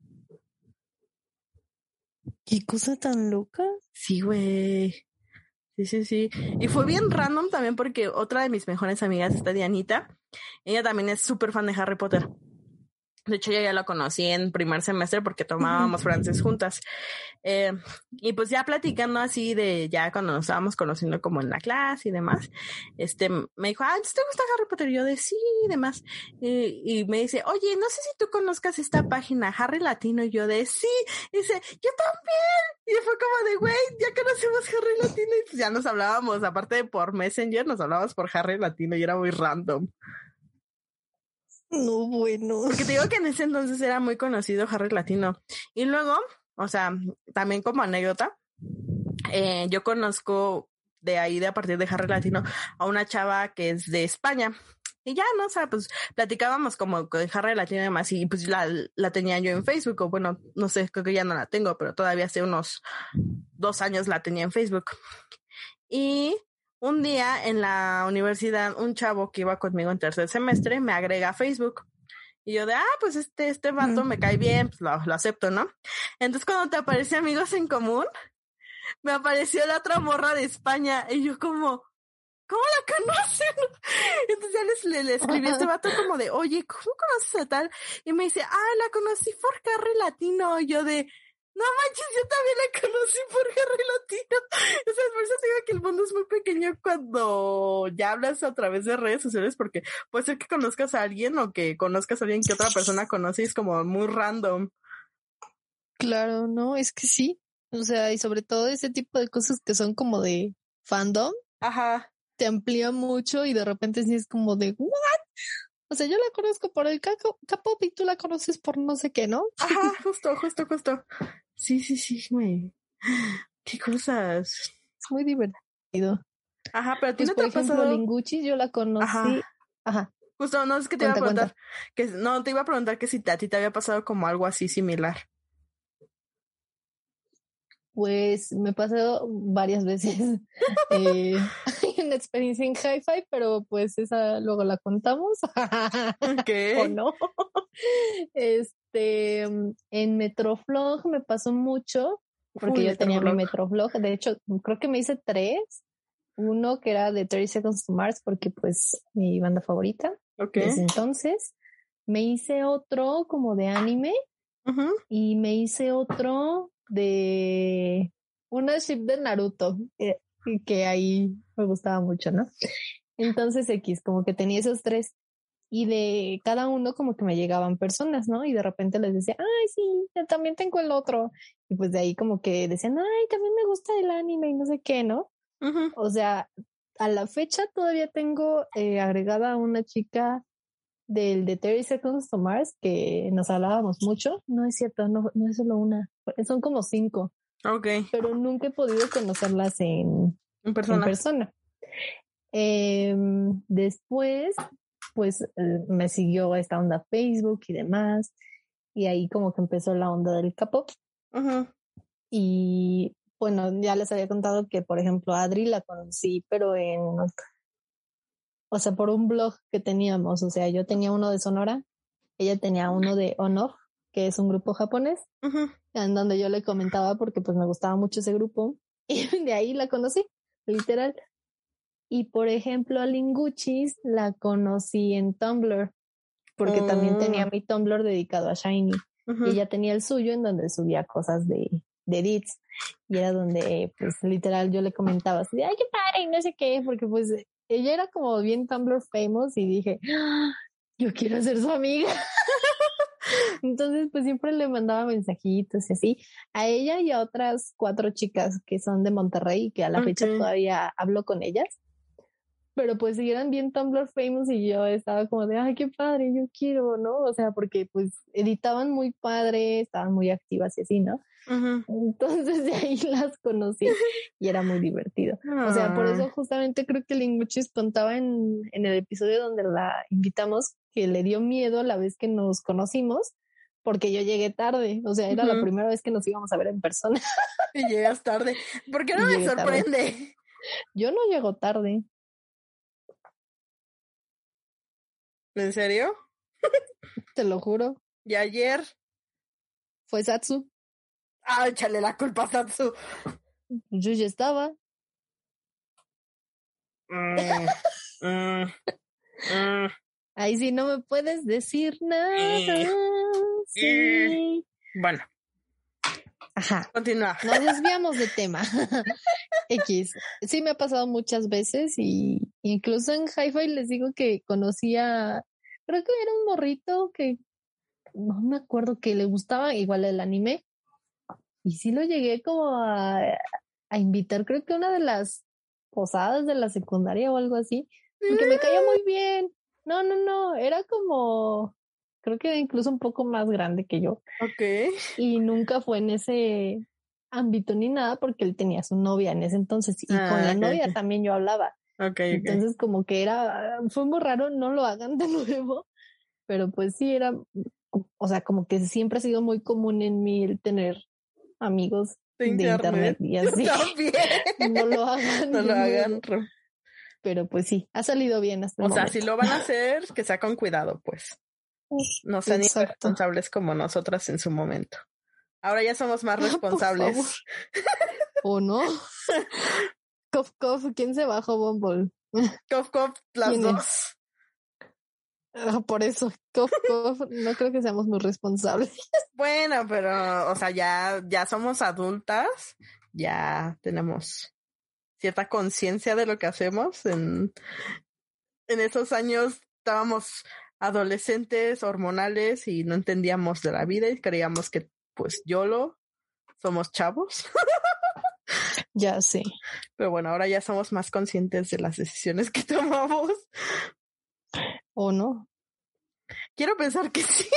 Speaker 3: ¿Qué cosa tan loca?
Speaker 2: Sí, güey. Sí, sí, sí. Y fue bien random también porque otra de mis mejores amigas, esta Dianita, ella también es súper fan de Harry Potter. De hecho, yo ya la conocí en primer semestre porque tomábamos francés juntas. Eh, y pues ya platicando así de ya cuando nos estábamos conociendo como en la clase y demás, este, me dijo, ah, ¿te gusta Harry Potter? Y yo de sí y demás. Y, y me dice, oye, no sé si tú conozcas esta página, Harry Latino. Y yo de sí. Y dice, yo también. Y fue como de, güey, ya conocemos Harry Latino. Y pues ya nos hablábamos, aparte de por Messenger, nos hablábamos por Harry Latino y era muy random.
Speaker 3: No, bueno.
Speaker 2: Porque te digo que en ese entonces era muy conocido Harry Latino. Y luego, o sea, también como anécdota, eh, yo conozco de ahí, de a partir de Harry Latino, a una chava que es de España. Y ya, no, o sea, pues platicábamos como con Harry Latino y demás, y pues la, la tenía yo en Facebook, o bueno, no sé, creo que ya no la tengo, pero todavía hace unos dos años la tenía en Facebook. Y un día en la universidad, un chavo que iba conmigo en tercer semestre me agrega a Facebook. Y yo de, ah, pues este, este vato me cae bien, pues lo, lo acepto, ¿no? Entonces cuando te aparece amigos en común, me apareció la otra morra de España y yo como, ¿cómo la conocen? Entonces ya les, le, le escribí a este vato como de, oye, ¿cómo conoces a tal? Y me dice, ah, la conocí por Harry Latino. Y yo de, no manches, yo también la conocí por Harry Latino. O sea, por eso te digo que el mundo es muy pequeño cuando ya hablas a través de redes sociales, porque puede ser que conozcas a alguien o que conozcas a alguien que otra persona conoce y es como muy random.
Speaker 3: Claro, no, es que sí. O sea, y sobre todo ese tipo de cosas que son como de fandom.
Speaker 2: Ajá.
Speaker 3: Te amplía mucho y de repente sí es como de, ¿what? O sea, yo la conozco por el K-pop y tú la conoces por no sé qué, ¿no?
Speaker 2: Ajá, justo, justo, justo. Sí, sí, sí, güey. Qué cosas.
Speaker 3: Es muy divertido.
Speaker 2: Ajá, pero a ti
Speaker 3: Pues
Speaker 2: no
Speaker 3: por
Speaker 2: te ha
Speaker 3: ejemplo,
Speaker 2: pasado.
Speaker 3: Linguchi yo la conocí.
Speaker 2: Ajá.
Speaker 3: Ajá.
Speaker 2: Justo, no, es que te
Speaker 3: Cuenta,
Speaker 2: iba a preguntar.
Speaker 3: cuenta.
Speaker 2: Que, no, te iba a preguntar que si a ti te había pasado como algo así similar.
Speaker 3: Pues me pasó varias veces. eh, hay una experiencia en Hi-Fi, pero pues esa luego la contamos.
Speaker 2: Ok.
Speaker 3: ¿O no? Este, en Metroflog me pasó mucho porque
Speaker 2: Uy,
Speaker 3: yo tenía mi
Speaker 2: Metroflog.
Speaker 3: Metroflog. De hecho, creo que me hice tres. Uno que era de thirty Seconds to Mars porque pues mi banda favorita.
Speaker 2: Ok.
Speaker 3: Desde entonces. Me hice otro como de anime.
Speaker 2: Uh-huh.
Speaker 3: Y me hice otro de una ship de Naruto, que, que ahí me gustaba mucho, ¿no? Entonces X, como que tenía esos tres y de cada uno como que me llegaban personas, ¿no? Y de repente les decía, ay, sí, yo también tengo el otro. Y pues de ahí como que decían, ay, también me gusta el anime y no sé qué, ¿no?
Speaker 2: Uh-huh.
Speaker 3: O sea, a la fecha todavía tengo eh, agregada a una chica del de thirty Seconds to Mars, que nos hablábamos mucho. No es cierto, no, no es solo una, son como cinco.
Speaker 2: Ok.
Speaker 3: Pero nunca he podido conocerlas en,
Speaker 2: En persona.
Speaker 3: en persona. Eh, después, pues eh, me siguió esta onda Facebook y demás, y ahí como que empezó la onda del K-pop.
Speaker 2: Uh-huh.
Speaker 3: Y bueno, ya les había contado que, por ejemplo, Adri la conocí, pero en... O sea, por un blog que teníamos, o sea, yo tenía uno de Sonora, ella tenía uno de On-Off, que es un grupo japonés,
Speaker 2: uh-huh.
Speaker 3: en donde yo le comentaba porque pues me gustaba mucho ese grupo y de ahí la conocí, literal. Y por ejemplo a Linguchis la conocí en Tumblr, porque uh. también tenía mi Tumblr dedicado a Shiny. Uh-huh. Y ella tenía el suyo en donde subía cosas de, de edits. Y era donde pues literal yo le comentaba así, ay, qué padre, y no sé qué, porque pues ella era como bien Tumblr famous y dije, ¡ah! Yo quiero ser su amiga. Entonces, pues siempre le mandaba mensajitos y así a ella y a otras cuatro chicas que son de Monterrey y que a la okay. fecha todavía hablo con ellas. Pero pues si eran bien Tumblr famous y yo estaba como de, ay, qué padre, yo quiero, ¿no? O sea, porque pues editaban muy padre, estaban muy activas y así, ¿no? Uh-huh. Entonces de ahí las conocí y era muy divertido. Uh-huh. O sea, por eso justamente creo que Linguchis contaba en, en el episodio donde la invitamos que le dio miedo la vez que nos conocimos porque yo llegué tarde. O sea, era uh-huh. la primera vez que nos íbamos a ver en persona.
Speaker 2: Y llegas tarde. ¿Por qué no me sorprende? Tarde.
Speaker 3: Yo no llego tarde.
Speaker 2: ¿En serio?
Speaker 3: Te lo juro.
Speaker 2: ¿Y ayer?
Speaker 3: Fue Satsu.
Speaker 2: Ah, échale la culpa a Satsu.
Speaker 3: Yo ya estaba.
Speaker 2: Mm, mm, mm.
Speaker 3: Ahí sí no me puedes decir nada.
Speaker 2: Eh,
Speaker 3: Sí.
Speaker 2: eh. Bueno.
Speaker 3: Ajá.
Speaker 2: Continúa.
Speaker 3: Nos desviamos de tema. X. Sí me ha pasado muchas veces y incluso en Hi-Fi les digo que conocía, creo que era un morrito que no me acuerdo que le gustaba igual el anime y sí lo llegué como a, a invitar, creo que una de las posadas de la secundaria o algo así, porque me caía muy bien. No, no, no, era como, creo que era incluso un poco más grande que yo.
Speaker 2: Ok.
Speaker 3: Y nunca fue en ese ámbito ni nada porque él tenía su novia en ese entonces y
Speaker 2: Ah,
Speaker 3: con la
Speaker 2: okay,
Speaker 3: novia
Speaker 2: okay.
Speaker 3: también yo hablaba.
Speaker 2: Okay,
Speaker 3: Entonces
Speaker 2: okay.
Speaker 3: como que era, fue muy raro, no lo hagan de nuevo, pero pues sí era, o sea, como que siempre ha sido muy común en mí el tener amigos
Speaker 2: De
Speaker 3: de internet,
Speaker 2: internet.
Speaker 3: y
Speaker 2: Yo
Speaker 3: así.
Speaker 2: también.
Speaker 3: No lo hagan.
Speaker 2: No
Speaker 3: de
Speaker 2: lo
Speaker 3: nuevo.
Speaker 2: hagan. Ro-
Speaker 3: Pero pues sí, ha salido bien hasta el
Speaker 2: O sea,
Speaker 3: momento.
Speaker 2: si lo van a hacer, que sea con cuidado, pues. No sean
Speaker 3: Exacto.
Speaker 2: irresponsables como nosotras en su momento. Ahora ya somos más
Speaker 3: Por favor.
Speaker 2: responsables.
Speaker 3: ¿O no? Cof, cof, ¿quién se bajó Bumble?
Speaker 2: Cof, cof, las
Speaker 3: ¿Quién
Speaker 2: dos.
Speaker 3: es? Ah, por eso, cof, cof, no creo que seamos muy responsables.
Speaker 2: Bueno, pero, o sea, ya, ya somos adultas, ya tenemos cierta conciencia de lo que hacemos. En, en esos años estábamos adolescentes, hormonales y no entendíamos de la vida y creíamos que, pues, YOLO, somos chavos.
Speaker 3: Ya sé.
Speaker 2: Pero bueno, ahora ya somos más conscientes de las decisiones que tomamos.
Speaker 3: ¿O no?
Speaker 2: Quiero pensar que sí.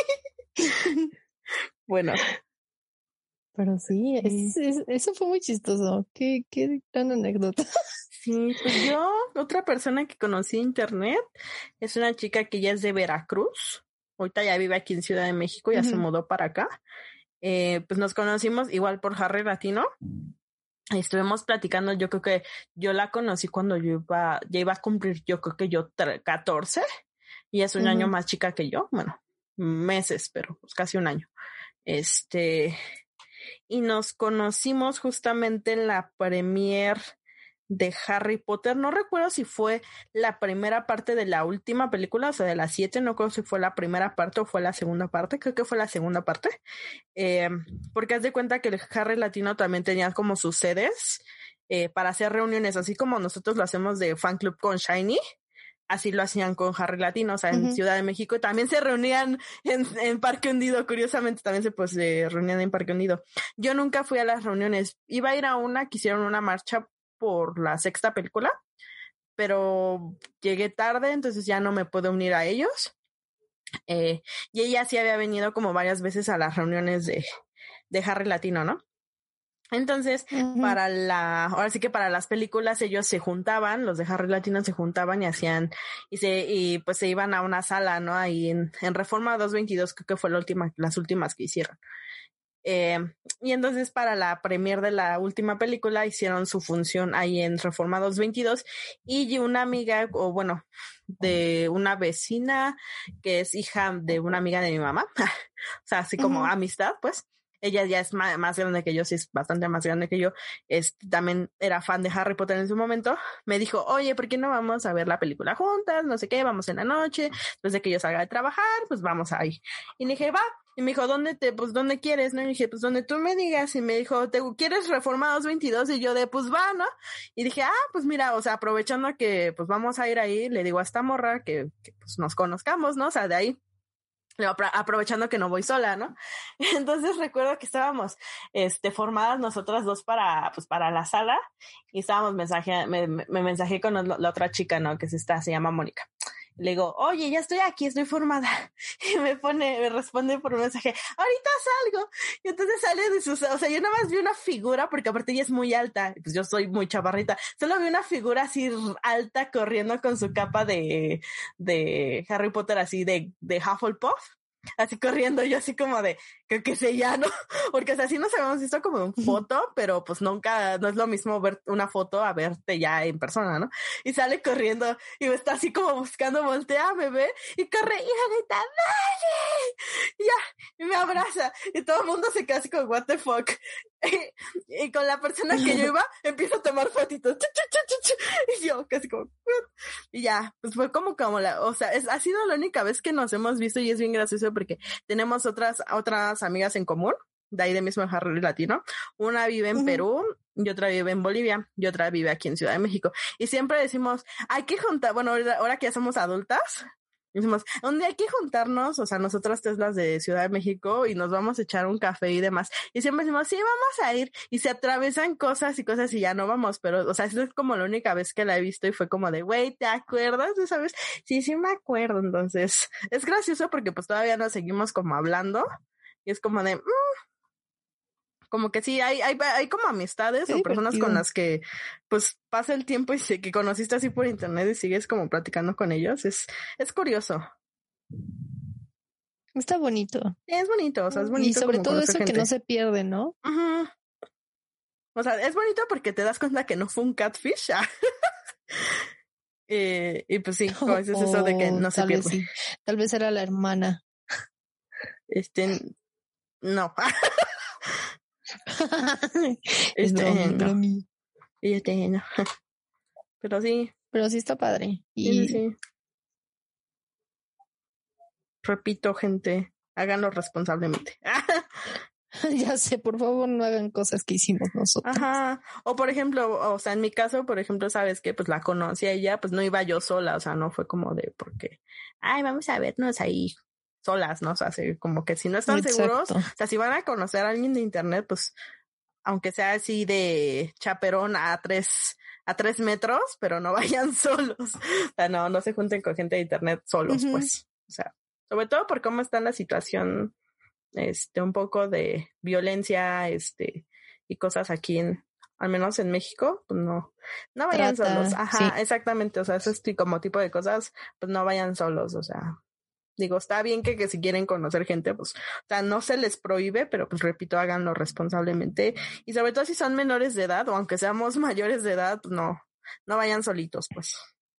Speaker 2: Bueno.
Speaker 3: Pero sí, es, es, eso fue muy chistoso. Qué, qué gran anécdota.
Speaker 2: Sí, pues yo, otra persona que conocí en internet, es una chica que ya es de Veracruz. Ahorita ya vive aquí en Ciudad de México, ya uh-huh. se mudó para acá. Eh, pues nos conocimos igual por Harry Latino. Estuvimos platicando, yo creo que yo la conocí cuando yo iba, ya iba a cumplir, yo creo que yo catorce, y es un uh-huh. año más chica que yo, bueno, meses, pero pues casi un año. Este, y nos conocimos justamente en la premier de Harry Potter. No recuerdo si fue la primera parte de la última película, o sea, de las siete, no recuerdo si fue la primera parte o fue la segunda parte, creo que fue la segunda parte, eh, porque haz de cuenta que el Harry Latino también tenía como sus sedes eh, para hacer reuniones, así como nosotros lo hacemos de fan club con Shiny, así lo hacían con Harry Latino, o sea, en uh-huh. Ciudad de México, y también se reunían en, en Parque Hundido, curiosamente también se pues se reunían en Parque Hundido. Yo nunca fui a las reuniones, iba a ir a una que hicieron una marcha por la sexta película, pero llegué tarde, entonces ya no me pude unir a ellos. Eh, y ella sí había venido como varias veces a las reuniones de, de Harry Latino, ¿no? Entonces, uh-huh. para la, ahora sí que para las películas ellos se juntaban, los de Harry Latino se juntaban y hacían, y se, y pues se iban a una sala, ¿no? Ahí en, en Reforma doscientos veintidós, creo que fue la última, las últimas que hicieron. Eh, y entonces para la premier de la última película hicieron su función ahí en Reforma doscientos veintidós y una amiga, o bueno, de una vecina que es hija de una amiga de mi mamá, o sea, así como uh-huh. amistad, pues. Ella ya es más, más grande que yo, sí es bastante más grande que yo, es, también era fan de Harry Potter en su momento, me dijo, oye, ¿por qué no vamos a ver la película juntas? No sé qué, vamos en la noche, después de que yo salga de trabajar, pues vamos ahí. Y le dije, va, y me dijo, ¿dónde te, pues, dónde quieres? ¿No? Y dije, pues, donde tú me digas, y me dijo, ¿te quieres Reforma doscientos veintidós? Y yo de, pues, va, ¿no? Y dije, ah, pues, mira, o sea, aprovechando que, pues, vamos a ir ahí, le digo a esta morra que, que pues, nos conozcamos, ¿no? O sea, de ahí. Aprovechando que no voy sola, ¿no? Entonces recuerdo que estábamos este, formadas nosotras dos para, pues, para la sala y estábamos mensaje, me, me, me mensajé con la otra chica, ¿no? Que se está, se llama Mónica. Le digo, oye, ya estoy aquí, estoy formada. Y me pone, me responde por un mensaje, ahorita salgo. Y entonces sale de sus, o sea, yo nada más vi una figura, porque aparte ella es muy alta, pues yo soy muy chaparrita. Solo vi una figura así alta corriendo con su capa de, de Harry Potter, así de, de Hufflepuff. así corriendo, yo así como de, que, que sé ya, ¿no? Porque o sea, sí nos habíamos visto como en foto, pero pues nunca, no es lo mismo ver una foto a verte ya en persona, ¿no? Y sale corriendo y me está así como buscando, voltea, me ve y corre y me grita, ¡Dale! Y ya, y me abraza y todo el mundo se queda así como, what the fuck. Y, y con la persona que yo iba, empiezo a tomar fotitos. Chu, chu, chu, chu, y yo casi como... Y ya, pues fue como como la... O sea, es, ha sido la única vez que nos hemos visto y es bien gracioso porque tenemos otras otras amigas en común, de ahí de mismo Harry Latino. Una vive en uh-huh. Perú y otra vive en Bolivia y otra vive aquí en Ciudad de México. Y siempre decimos, hay que juntar... Bueno, ahora, ahora que ya somos adultas... Decimos, un día hay que juntarnos, o sea, nosotras tres las de Ciudad de México y nos vamos a echar un café y demás. Y siempre decimos, sí, vamos a ir. Y se atravesan cosas y cosas y ya no vamos. Pero, o sea, es como la única vez que la he visto y fue como de, güey, ¿te acuerdas de esa vez? Sí, sí me acuerdo. Entonces, es gracioso porque pues todavía nos seguimos como hablando y es como de, mmm, como que sí, hay, hay, hay como amistades
Speaker 3: Qué
Speaker 2: o personas
Speaker 3: divertido.
Speaker 2: con las que pues pasa el tiempo y sé que conociste así por internet y sigues como platicando con ellos. Es, es curioso.
Speaker 3: Está bonito.
Speaker 2: Sí, es bonito, o sea, es bonito.
Speaker 3: Y sobre
Speaker 2: como
Speaker 3: todo
Speaker 2: conocer
Speaker 3: eso
Speaker 2: gente.
Speaker 3: que no se pierde, ¿no?
Speaker 2: Uh-huh. O sea, es bonito porque te das cuenta que no fue un catfish. eh, y pues sí, como es eso de que no se
Speaker 3: tal
Speaker 2: pierde.
Speaker 3: Vez sí. Tal vez era la hermana.
Speaker 2: Este, no.
Speaker 3: Es
Speaker 2: este,
Speaker 3: bromi,
Speaker 2: no.
Speaker 3: bromi.
Speaker 2: Y este, no. Pero sí.
Speaker 3: Pero sí está padre. Y
Speaker 2: sí, sí. Repito, gente, háganlo responsablemente.
Speaker 3: Ya sé, por favor, no hagan cosas que hicimos nosotros.
Speaker 2: Ajá. O por ejemplo, o sea, en mi caso, por ejemplo, sabes que pues la conocí a ella, pues no iba yo sola, o sea, no fue como de porque, ay, vamos a vernos ahí solas, ¿no? O sea, así, como que si no están
Speaker 3: Exacto.
Speaker 2: seguros, o sea, si van a conocer a alguien de internet, pues, aunque sea así de chaperón a tres, a tres metros, pero no vayan solos. O sea, no, no se junten con gente de internet solos, uh-huh. pues. O sea, sobre todo por cómo está la situación, este, un poco de violencia, este, y cosas aquí en, al menos en México, pues no, no vayan
Speaker 3: Trata,
Speaker 2: solos. Ajá,
Speaker 3: sí.
Speaker 2: exactamente. O sea, ese como tipo de cosas, pues no vayan solos, o sea. Digo, está bien que, que si quieren conocer gente, pues, o sea, no se les prohíbe, pero pues repito, háganlo responsablemente. Y sobre todo si son menores de edad, o aunque seamos mayores de edad, pues no, no vayan solitos, pues.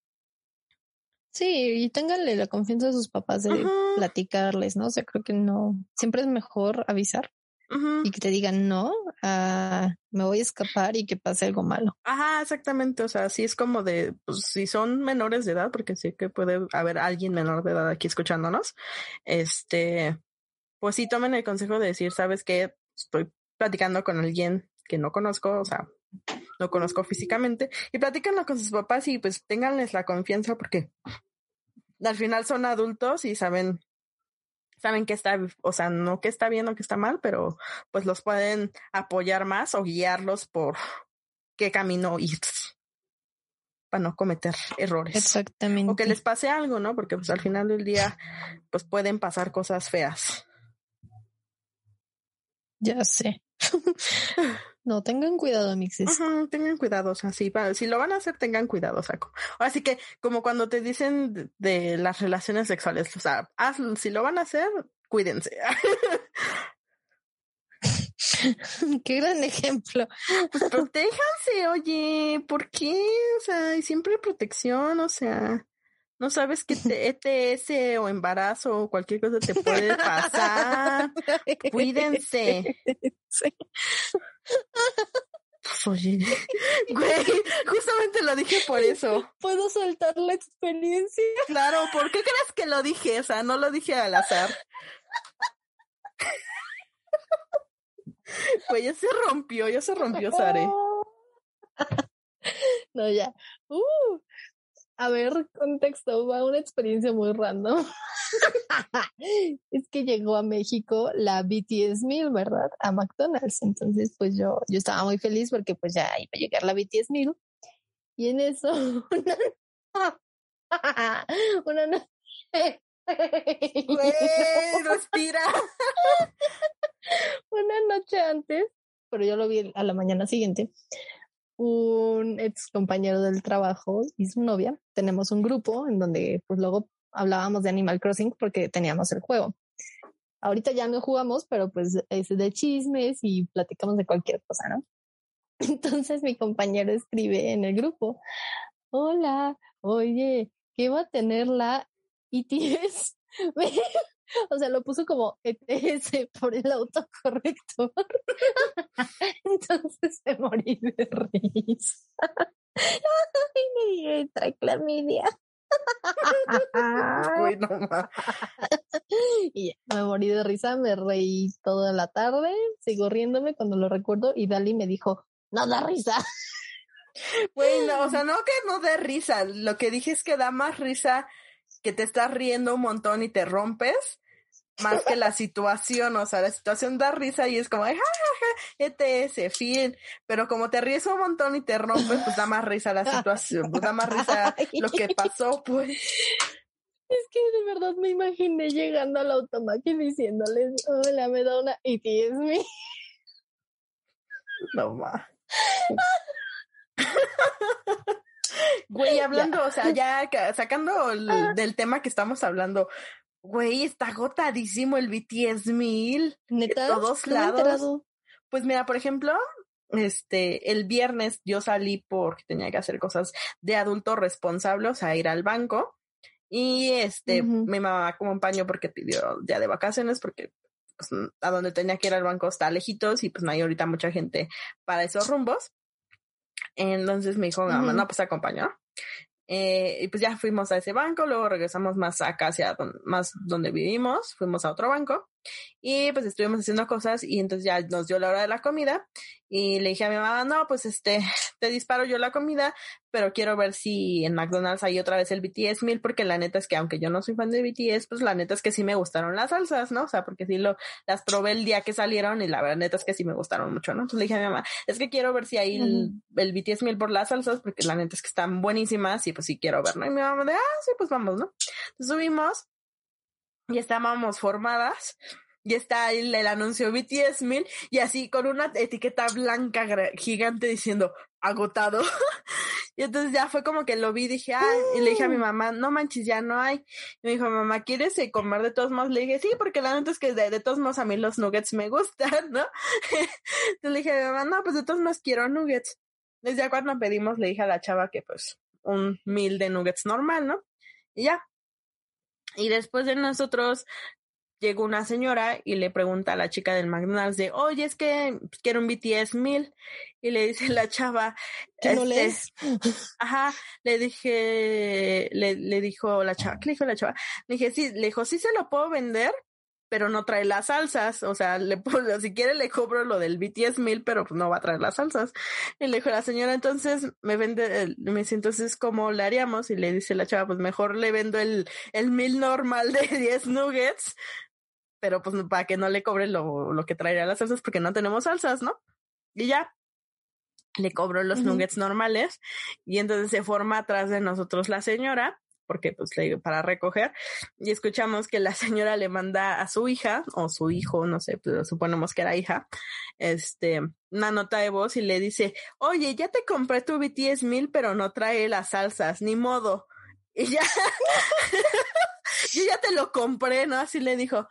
Speaker 3: Sí, y ténganle la confianza a sus papás de uh-huh. platicarles, ¿no? O sea, creo que no, siempre es mejor avisar uh-huh. y que te digan no, uh, me voy a escapar y que pase algo malo.
Speaker 2: Ajá, exactamente, o sea, sí es como de, pues si son menores de edad, porque sé que puede haber alguien menor de edad aquí escuchándonos, este, pues sí tomen el consejo de decir, ¿sabes qué? Estoy platicando con alguien que no conozco, o sea, no conozco físicamente, y platícanlo con sus papás y pues ténganles la confianza porque al final son adultos y saben, saben que está, o sea, no que está bien o que está mal, pero pues los pueden apoyar más o guiarlos por qué camino ir para no cometer errores.
Speaker 3: Exactamente.
Speaker 2: O que les pase algo, ¿no? Porque pues al final del día pues pueden pasar cosas feas.
Speaker 3: Ya sé. No, tengan cuidado, amixes.
Speaker 2: Uh-huh, tengan cuidado, o sea, si, si lo van a hacer, tengan cuidado, saco. Así que, como cuando te dicen de, de las relaciones sexuales, o sea, haz, si lo van a hacer, cuídense.
Speaker 3: Qué gran ejemplo.
Speaker 2: Pues protéjanse, oye, ¿por qué? O sea, y siempre hay protección, o sea, no sabes que te, E T S o embarazo o cualquier cosa te puede pasar. Cuídense.
Speaker 3: Sí.
Speaker 2: Pues, oye, güey, justamente lo dije por eso.
Speaker 3: ¿Puedo soltar la experiencia?
Speaker 2: Claro, ¿por qué crees que lo dije? O sea, no lo dije al azar. Pues ya se rompió, ya se rompió, Sare.
Speaker 3: No, ya. Uh, a ver, contexto, va una experiencia muy random. Es que llegó a México la B T S Meal, ¿verdad? A McDonald's. Entonces, pues yo, yo estaba muy feliz porque pues ya iba a llegar la B T S Meal. Y en eso, una, una noche.
Speaker 2: Güey, respira.
Speaker 3: Una noche antes, pero yo lo vi a la mañana siguiente, un ex compañero del trabajo y su novia, tenemos un grupo en donde pues luego hablábamos de Animal Crossing porque teníamos el juego. ahorita ya no jugamos, pero pues es de chismes y platicamos de cualquier cosa, ¿no? Entonces mi compañero escribe en el grupo, hola, oye, ¿qué va a tener la E T S? O sea, lo puso como E T S por el autocorrector. Entonces me morí de risa. Ay, me trae clamidia.
Speaker 2: Güey, no más.
Speaker 3: Y ya, me morí de risa, me reí toda la tarde, sigo riéndome cuando lo recuerdo y Dali me dijo, no da risa.
Speaker 2: Güey, no, o sea, no que no dé risa, lo que dije es que da más risa que te estás riendo un montón y te rompes, más que la situación, o sea, la situación da risa y es como, ja, ja, ja, E T S, fin, pero como te ríes un montón y te rompes, pues da más risa la situación, pues da más risa lo que pasó, pues.
Speaker 3: Es que de verdad me imaginé llegando al automáquina diciéndoles, hola, me da una E T S.
Speaker 2: No más. Güey, hablando, ya. O sea, ya sacando el, ah. del tema que estamos hablando, güey, está agotadísimo el B T S mil.
Speaker 3: ¿Neta?
Speaker 2: De todos
Speaker 3: no
Speaker 2: lados. Pues mira, por ejemplo, este, el viernes yo salí porque tenía que hacer cosas de adulto responsable, o sea, ir al banco. Y este, uh-huh. mi mamá me acompañó porque pidió día de vacaciones, porque pues, a donde tenía que ir al banco está lejitos y pues no hay ahorita mucha gente para esos rumbos. Entonces me dijo, uh-huh. mamá, no, pues acompañó. Eh, y pues ya fuimos a ese banco, luego regresamos más acá hacia don, más donde vivimos, fuimos a otro banco y pues estuvimos haciendo cosas y entonces ya nos dio la hora de la comida y le dije a mi mamá, no, pues este, te disparo yo la comida, pero quiero ver si en McDonald's hay otra vez el B T S mil, porque la neta es que aunque yo no soy fan de B T S, pues la neta es que sí me gustaron las salsas, ¿no? O sea, porque sí lo, las probé el día que salieron y la verdad neta es que sí me gustaron mucho, ¿no? Entonces le dije a mi mamá, es que quiero ver si hay uh-huh. el, el B T S mil por las salsas, porque la neta es que están buenísimas y pues sí quiero ver, ¿no? Y mi mamá de, ah, sí, pues vamos, ¿no? Entonces subimos y estábamos formadas. Y está ahí el, el anuncio B T S mil y así con una etiqueta blanca gigante diciendo agotado. Y entonces ya fue como que lo vi y dije, ay, y le dije a mi mamá, no manches, ya no hay. Y me dijo, mamá, ¿quieres comer de todos modos? Le dije, sí, porque la neta es que de, de todos modos a mí los nuggets me gustan, ¿no? Entonces le dije a mi mamá, no, pues de todos modos quiero nuggets. Entonces ya cuando pedimos le dije a la chava que pues un mil de nuggets normal, ¿no? Y ya. Y después de nosotros llegó una señora y le pregunta a la chica del McDonald's de, oye, es que quiero un B T S mil. Y le dice la chava,
Speaker 3: ¿qué
Speaker 2: este,
Speaker 3: no lees?
Speaker 2: Ajá, le dije, le, le dijo la chava, ¿qué le dijo la chava? Le dije, sí, le dijo, sí se lo puedo vender, pero no trae las salsas, o sea, le puedo, si quiere le cobro lo del B T S mil, pero pues no va a traer las salsas. Y le dijo la señora, entonces me vende, me dice, entonces, ¿cómo le haríamos? Y le dice la chava, pues mejor le vendo el, el mil normal de diez nuggets, pero pues para que no le cobre lo, lo que traería las salsas, porque no tenemos salsas, ¿no? Y ya, le cobró los uh-huh. nuggets normales, y entonces se forma atrás de nosotros la señora, porque pues le digo, para recoger, y escuchamos que la señora le manda a su hija, o su hijo, no sé, pues suponemos que era hija, este, una nota de voz y le dice, oye, ya te compré tu B T S mil, pero no trae las salsas, ni modo. Y ya, yo ya te lo compré, ¿no? Así le dijo.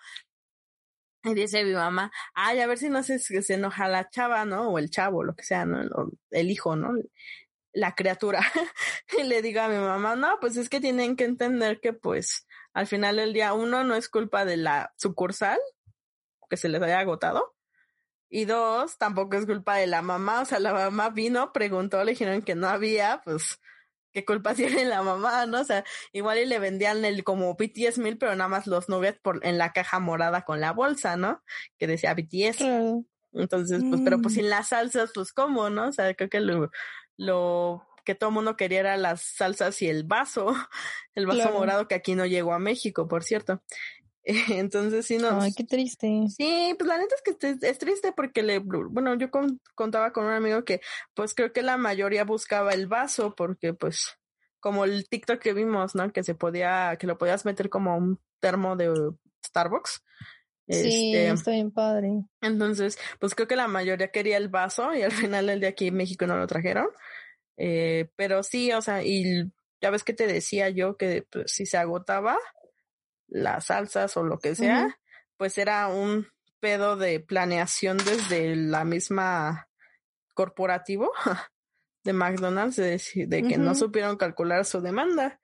Speaker 2: Y dice mi mamá, ay, a ver si no se, se enoja la chava, ¿no? O el chavo, lo que sea, ¿no? El, el hijo, ¿no? La criatura. Y le digo a mi mamá, no, pues es que tienen que entender que pues al final del día, uno, no es culpa de la sucursal, que se les haya agotado. Y dos, tampoco es culpa de la mamá, o sea, la mamá vino, preguntó, le dijeron que no había, pues, ¿qué culpa tiene la mamá, no? O sea, igual y le vendían el como B T S mil, pero nada más los nuggets por, en la caja morada con la bolsa, ¿no? Que decía B T S. Mm. Entonces, pues, mm. pero pues sin las salsas, pues, ¿cómo, no? O sea, creo que lo, lo que todo el mundo quería era las salsas y el vaso, el vaso claro. morado que aquí no llegó a México, por cierto. Entonces sí nos...
Speaker 3: Ay, qué triste.
Speaker 2: Sí, pues la neta es que es triste porque le, bueno, yo con, contaba con un amigo que pues creo que la mayoría buscaba el vaso porque pues como el TikTok que vimos, ¿no? Que se podía, que lo podías meter como un termo de Starbucks.
Speaker 3: Sí, este, está bien padre.
Speaker 2: Entonces, pues creo que la mayoría quería el vaso y al final el de aquí en México no lo trajeron. Eh, pero sí, o sea, y ya ves que te decía yo que pues, si se agotaba las salsas o lo que sea, uh-huh. pues era un pedo de planeación desde la misma corporativo de McDonald's, de, de que uh-huh. no supieron calcular su demanda.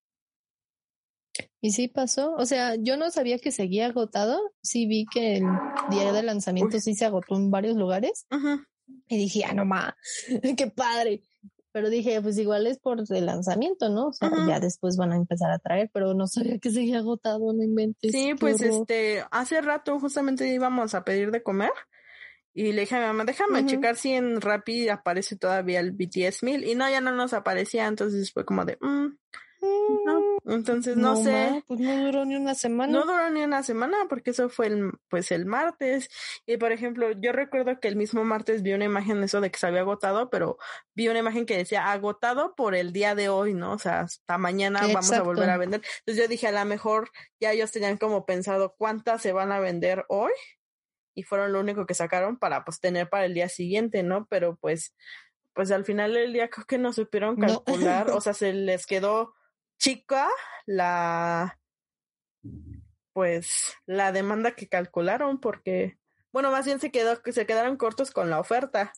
Speaker 3: Y sí pasó, o sea, yo no sabía que seguía agotado, sí vi que el día de lanzamiento Uy. sí se agotó en varios lugares,
Speaker 2: uh-huh.
Speaker 3: y dije, ah, no ma, qué padre, pero dije, pues igual es por el lanzamiento, ¿no? O sea, uh-huh. ya después van a empezar a traer, pero no sabía que seguía agotado, no inventes.
Speaker 2: Sí, pues horror. este, hace rato justamente íbamos a pedir de comer, y le dije a mi mamá, déjame uh-huh. checar si en Rappi aparece todavía el B T S mil, y no, ya no nos aparecía, entonces fue como de, mmm, no, entonces no, no sé.
Speaker 3: Ma, pues no duró ni una semana.
Speaker 2: No duró ni una semana porque eso fue el, pues el martes. Y por ejemplo, yo recuerdo que el mismo martes vi una imagen de eso de que se había agotado, pero vi una imagen que decía agotado por el día de hoy, ¿no? O sea, hasta mañana Exacto. vamos a volver a vender. Entonces yo dije, a lo mejor ya ellos tenían como pensado cuántas se van a vender hoy y fueron lo único que sacaron para pues tener para el día siguiente, ¿no? Pero pues, pues al final del día creo que no supieron calcular, no. O sea, se les quedó chica la pues la demanda que calcularon porque bueno más bien se quedó que se quedaron cortos con la oferta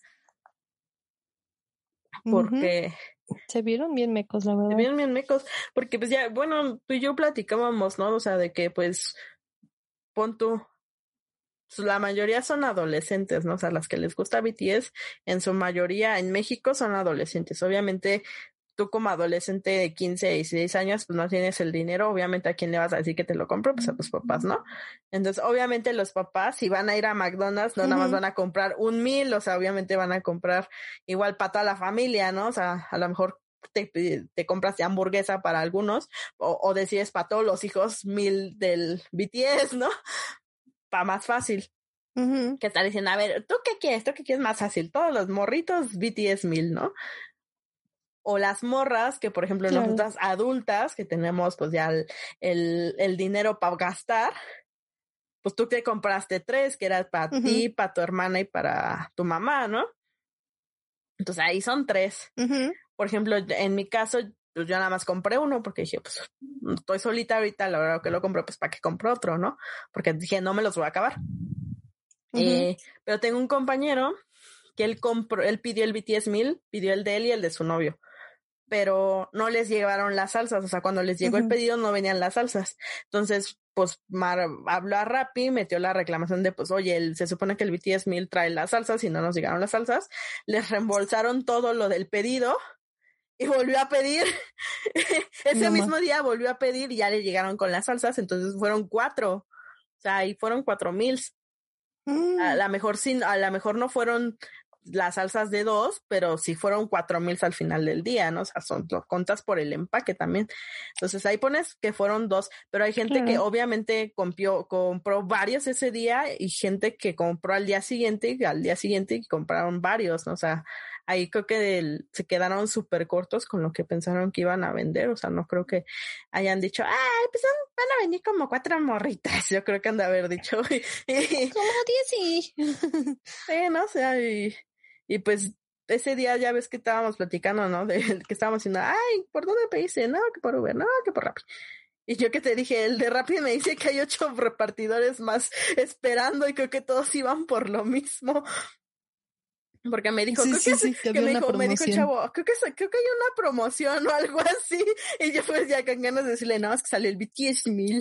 Speaker 2: porque
Speaker 3: uh-huh. se vieron bien mecos, la verdad.
Speaker 2: Se vieron bien mecos porque pues ya bueno tú y yo platicábamos, ¿no? O sea, de que pues pon tú la mayoría son adolescentes, ¿no? O sea, las que les gusta B T S en su mayoría en México son adolescentes. Obviamente tú como adolescente de quince, dieciséis años, pues no tienes el dinero, obviamente ¿a quién le vas a decir que te lo compro? Pues a tus papás, ¿no? Entonces, obviamente los papás, si van a ir a McDonald's, no uh-huh. nada más van a comprar un mil, o sea, obviamente van a comprar igual para toda la familia, ¿no? O sea, a lo mejor te, te compras de hamburguesa para algunos, o, o decides para todos los hijos mil del B T S, ¿no? Para más fácil.
Speaker 3: Uh-huh.
Speaker 2: Que están diciendo, a ver, ¿tú qué quieres? ¿Tú qué quieres más fácil? Todos los morritos B T S mil, ¿no? O las morras, que por ejemplo claro. nosotras adultas, que tenemos pues ya el, el, el dinero para gastar, pues tú te compraste tres, que era para uh-huh. ti, para tu hermana y para tu mamá, ¿no? Entonces ahí son tres.
Speaker 3: Uh-huh.
Speaker 2: Por ejemplo, en mi caso, pues yo nada más compré uno, porque dije, pues estoy solita ahorita, la verdad que lo compré, pues para qué compro otro, ¿no? Porque dije, no me los voy a acabar. Uh-huh. Eh, pero tengo un compañero que él compró, él pidió el B T S mil, pidió el de él y el de su novio. Pero no les llevaron las salsas, o sea, cuando les llegó uh-huh. el pedido no venían las salsas. Entonces, pues, Mar habló a Rappi, metió la reclamación de, pues, oye, el, se supone que el B T S mil trae las salsas y no nos llegaron las salsas. Les reembolsaron todo lo del pedido y volvió a pedir. Ese no, mismo ma. día volvió a pedir y ya le llegaron con las salsas, entonces fueron cuatro. O sea, ahí fueron cuatro mil. Mm. A la mejor sí, a la mejor no fueron las salsas de dos, pero sí fueron cuatro mil al final del día, ¿no? O sea, son, lo contas por el empaque también. Entonces ahí pones que fueron dos, pero hay gente claro. que obviamente compió, compró varios ese día y gente que compró al día siguiente y al día siguiente y compraron varios, ¿no? O sea, ahí creo que el, se quedaron súper cortos con lo que pensaron que iban a vender. O sea, no creo que hayan dicho, ay, pues van a venir como cuatro morritas. Yo creo que han de haber dicho.
Speaker 3: Como diez y...
Speaker 2: Sí, no, o sea, y... Y pues ese día ya ves que estábamos platicando, ¿no? De que estábamos diciendo, ay, ¿por dónde pediste? No, que por Uber, no, que por Rappi. Y yo que te dije, el de Rappi me dice que hay ocho repartidores más esperando y creo que todos iban por lo mismo. Porque me dijo,
Speaker 3: sí,
Speaker 2: creo
Speaker 3: sí,
Speaker 2: que,
Speaker 3: sí, que,
Speaker 2: que me, dijo,
Speaker 3: me
Speaker 2: dijo el chavo, creo que, creo que hay una promoción o algo así. Y yo pues ya con ganas de decirle, no, es que sale el B T S mil.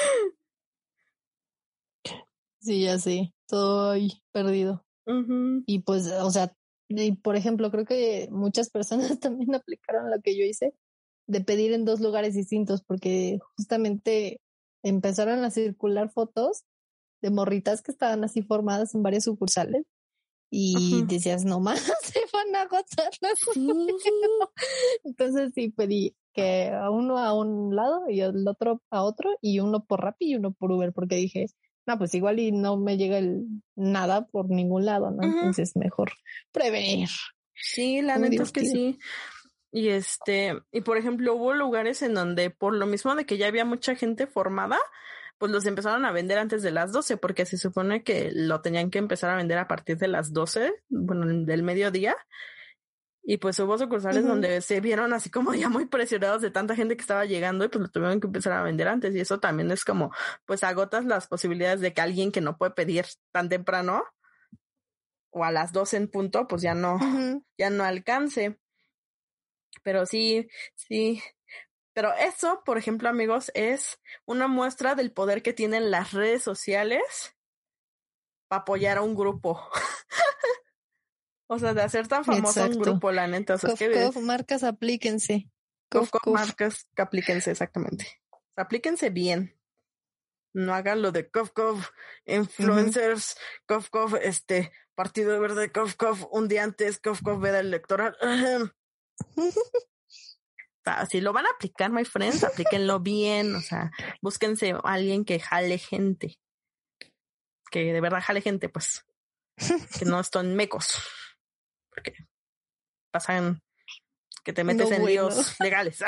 Speaker 3: Sí, ya sé, estoy perdido.
Speaker 2: Uh-huh.
Speaker 3: Y pues, o sea, y por ejemplo, creo que muchas personas también aplicaron lo que yo hice, de pedir en dos lugares distintos, porque justamente empezaron a circular fotos de morritas que estaban así formadas en varias sucursales y uh-huh. decías, no más, se van a agotar las uh-huh. Entonces sí pedí que a uno a un lado y el otro a otro, y uno por Rappi y uno por Uber, porque dije, no, pues igual y no me llega el nada por ningún lado, ¿no? Uh-huh. Entonces mejor prevenir.
Speaker 2: Sí, la neta es que sí. Y este, y por ejemplo, hubo lugares en donde por lo mismo de que ya había mucha gente formada, pues los empezaron a vender antes de las doce, porque se supone que lo tenían que empezar a vender a partir de las doce, bueno, del mediodía. Y pues hubo sucursales
Speaker 3: Ujú.
Speaker 2: donde se vieron así como ya muy presionados de tanta gente que estaba llegando y pues lo tuvieron que empezar a vender antes. Y eso también es como, pues agotas las posibilidades de que alguien que no puede pedir tan temprano o a las doce en punto, pues ya no,
Speaker 3: Ujú.
Speaker 2: ya no alcance. Pero sí, sí. Pero eso, por ejemplo, amigos, es una muestra del poder que tienen las redes sociales para apoyar a un grupo. O sea, de hacer tan famoso un
Speaker 3: Exacto.
Speaker 2: grupo, la neta. O sea, es
Speaker 3: Cof,
Speaker 2: que
Speaker 3: cof, marcas, aplíquense.
Speaker 2: cof,
Speaker 3: Cof,
Speaker 2: cof,
Speaker 3: cof.
Speaker 2: marcas que aplíquense exactamente. Aplíquense bien. No hagan lo de cof, cof, influencers, cof, cof, este, Partido Verde, cof, cof, un día antes, cof, cof, veda electoral. Ahem. O sea, si lo van a aplicar, my friends, aplíquenlo bien. O sea, búsquense a alguien que jale gente. Que de verdad jale gente, pues. Que no estén mecos. Porque pasan que te metes
Speaker 3: No,
Speaker 2: en
Speaker 3: bueno.
Speaker 2: líos legales.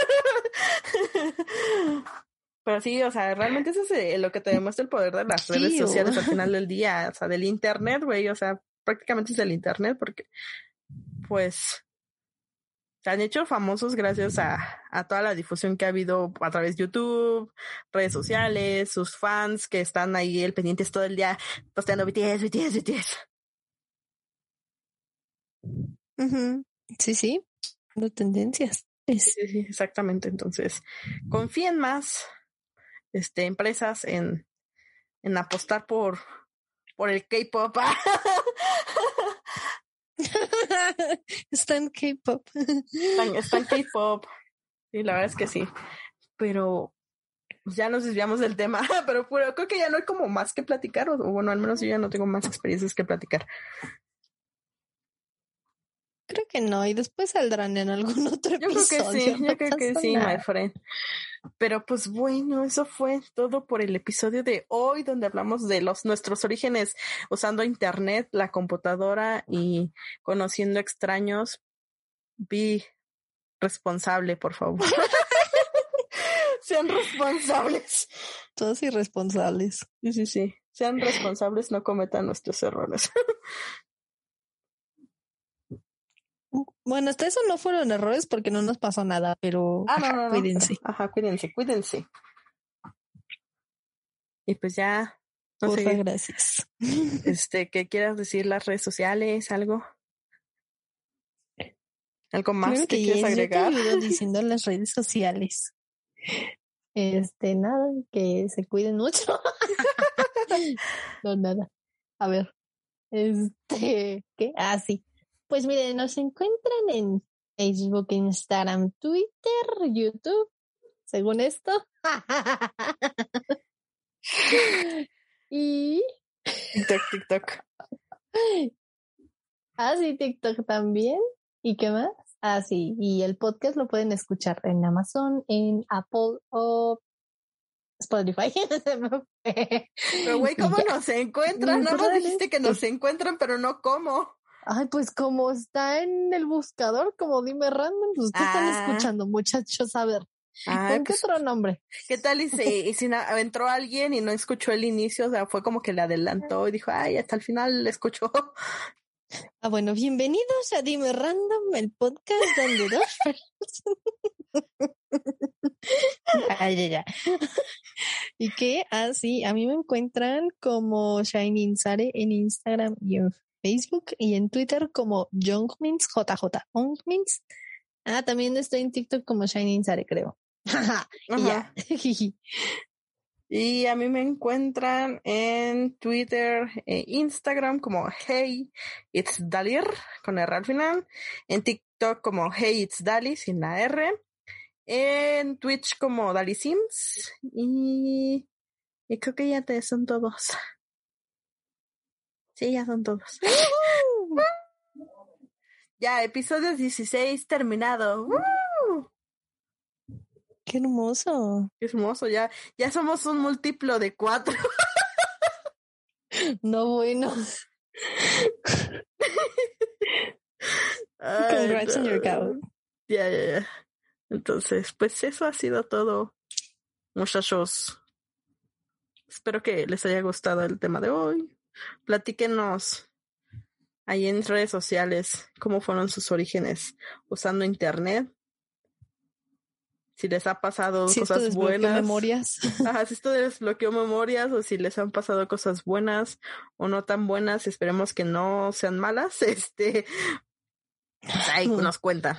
Speaker 2: Pero sí, o sea, realmente eso es eh, lo que te demuestra el poder de las redes
Speaker 3: Sí, o-
Speaker 2: sociales al final del día, o sea, del internet, güey, o sea, prácticamente es del internet porque, pues, se han hecho famosos gracias a, a toda la difusión que ha habido a través de YouTube, redes sociales, sus fans que están ahí el pendientes todo el día posteando B T S, B T S, B T S.
Speaker 3: Ujú. Sí, sí. Las tendencias.
Speaker 2: Sí,
Speaker 3: Es...
Speaker 2: sí, sí, exactamente. Entonces, confíen más, este, empresas en, en apostar por, por el K-pop.
Speaker 3: Está en K-pop.
Speaker 2: Están, están K-pop. Sí, la verdad es que sí. Pero ya nos desviamos del tema. Pero, pero creo que ya no hay como más que platicar. O bueno, al menos yo ya no tengo más experiencias que platicar.
Speaker 3: Creo que no, y después saldrán en algún otro
Speaker 2: Yo creo que sí,
Speaker 3: episodio.
Speaker 2: yo
Speaker 3: No
Speaker 2: creo que
Speaker 3: pasa
Speaker 2: sí, my
Speaker 3: nada.
Speaker 2: friend. Pero pues bueno, eso fue todo por el episodio de hoy, donde hablamos de los nuestros orígenes usando internet, la computadora y conociendo extraños. Be responsable, por favor. Sean responsables.
Speaker 3: Todos irresponsables.
Speaker 2: Sí, sí, sí. Sean responsables, no cometan nuestros errores.
Speaker 3: Bueno, hasta eso no fueron errores porque no nos pasó nada, pero
Speaker 2: Ah, no,
Speaker 3: ajá,
Speaker 2: no, no.
Speaker 3: cuídense.
Speaker 2: Pero, ajá, cuídense, cuídense. Y pues ya, no
Speaker 3: Porfa,
Speaker 2: sé,
Speaker 3: gracias.
Speaker 2: este, ¿qué quieras decir? Las redes sociales, algo, algo más
Speaker 3: Claro
Speaker 2: que
Speaker 3: que
Speaker 2: quieras
Speaker 3: yes, yo te
Speaker 2: agregar.
Speaker 3: ayudo diciendo en las redes sociales. Este, nada, que se cuiden mucho. No, nada. A ver, este, ¿qué? Ah, sí. Pues miren, nos encuentran en Facebook, Instagram, Twitter, YouTube, según esto. Y
Speaker 2: TikTok, TikTok.
Speaker 3: ah, sí, TikTok también. ¿Y qué más? Ah, sí, y el podcast lo pueden escuchar en Amazon, en Apple o Spotify.
Speaker 2: Pero güey,
Speaker 3: Y
Speaker 2: ¿cómo
Speaker 3: ya.
Speaker 2: nos encuentran? Nada
Speaker 3: Pues
Speaker 2: más
Speaker 3: nada,
Speaker 2: dijiste que nos encuentran, pero no cómo.
Speaker 3: ay, pues como está en el buscador, como dime random, pues ¿qué están
Speaker 2: Ah,
Speaker 3: escuchando, muchachos? A ver,
Speaker 2: ay,
Speaker 3: ¿con qué
Speaker 2: pues,
Speaker 3: otro nombre?
Speaker 2: ¿qué tal? Y si, y si na- entró alguien y no escuchó el inicio, o sea, fue como que le adelantó y dijo, ay, hasta el final le escuchó.
Speaker 3: Ah, bueno, bienvenidos a Dime Random, el podcast donde dos personas. Ay, ya, ya. ¿Y qué? Ah, sí, a mí me encuentran como Shining Sare en Instagram y en Facebook y en Twitter como Youngmins, J J. Youngmins. Ah, también estoy en TikTok como Shining Sare, creo. Y ya.
Speaker 2: Ajá. Y a mí me encuentran en Twitter e Instagram como Hey It's Dalir con R al final. En TikTok como Hey It's Dali sin la R. En Twitch como Dali Sims. Y, y creo que ya te son todos. Sí, ya son todos. Ya, episodio dieciséis terminado. ¡Woo!
Speaker 3: Qué hermoso.
Speaker 2: Qué hermoso, ya, ya somos un múltiplo de cuatro.
Speaker 3: No, bueno.
Speaker 2: Ay,
Speaker 3: Congrats on your count.
Speaker 2: no. Ya, ya, ya. Entonces, pues eso ha sido todo, muchachos. Espero que les haya gustado el tema de hoy. Platíquenos ahí en redes sociales cómo fueron sus orígenes usando internet. Si les ha pasado
Speaker 3: si
Speaker 2: cosas
Speaker 3: esto
Speaker 2: buenas.
Speaker 3: memorias.
Speaker 2: Ajá, si esto desbloqueó memorias o si les han pasado cosas buenas o no tan buenas, esperemos que no sean malas. Este, pues ahí nos cuentan.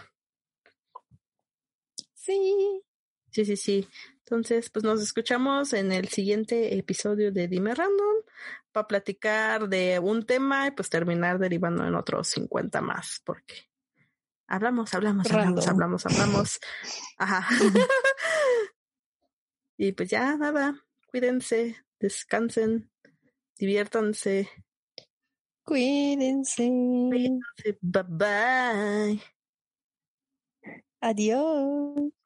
Speaker 3: Sí.
Speaker 2: Sí, sí, sí. Entonces, pues nos escuchamos en el siguiente episodio de Dime Random para platicar de un tema y pues terminar derivando en otros cincuenta más, porque hablamos, hablamos, hablamos,
Speaker 3: Random.
Speaker 2: hablamos, hablamos. Ajá. Y pues ya, nada. Cuídense, descansen, diviértanse.
Speaker 3: Cuídense.
Speaker 2: Cuídense. Bye bye.
Speaker 3: Adiós.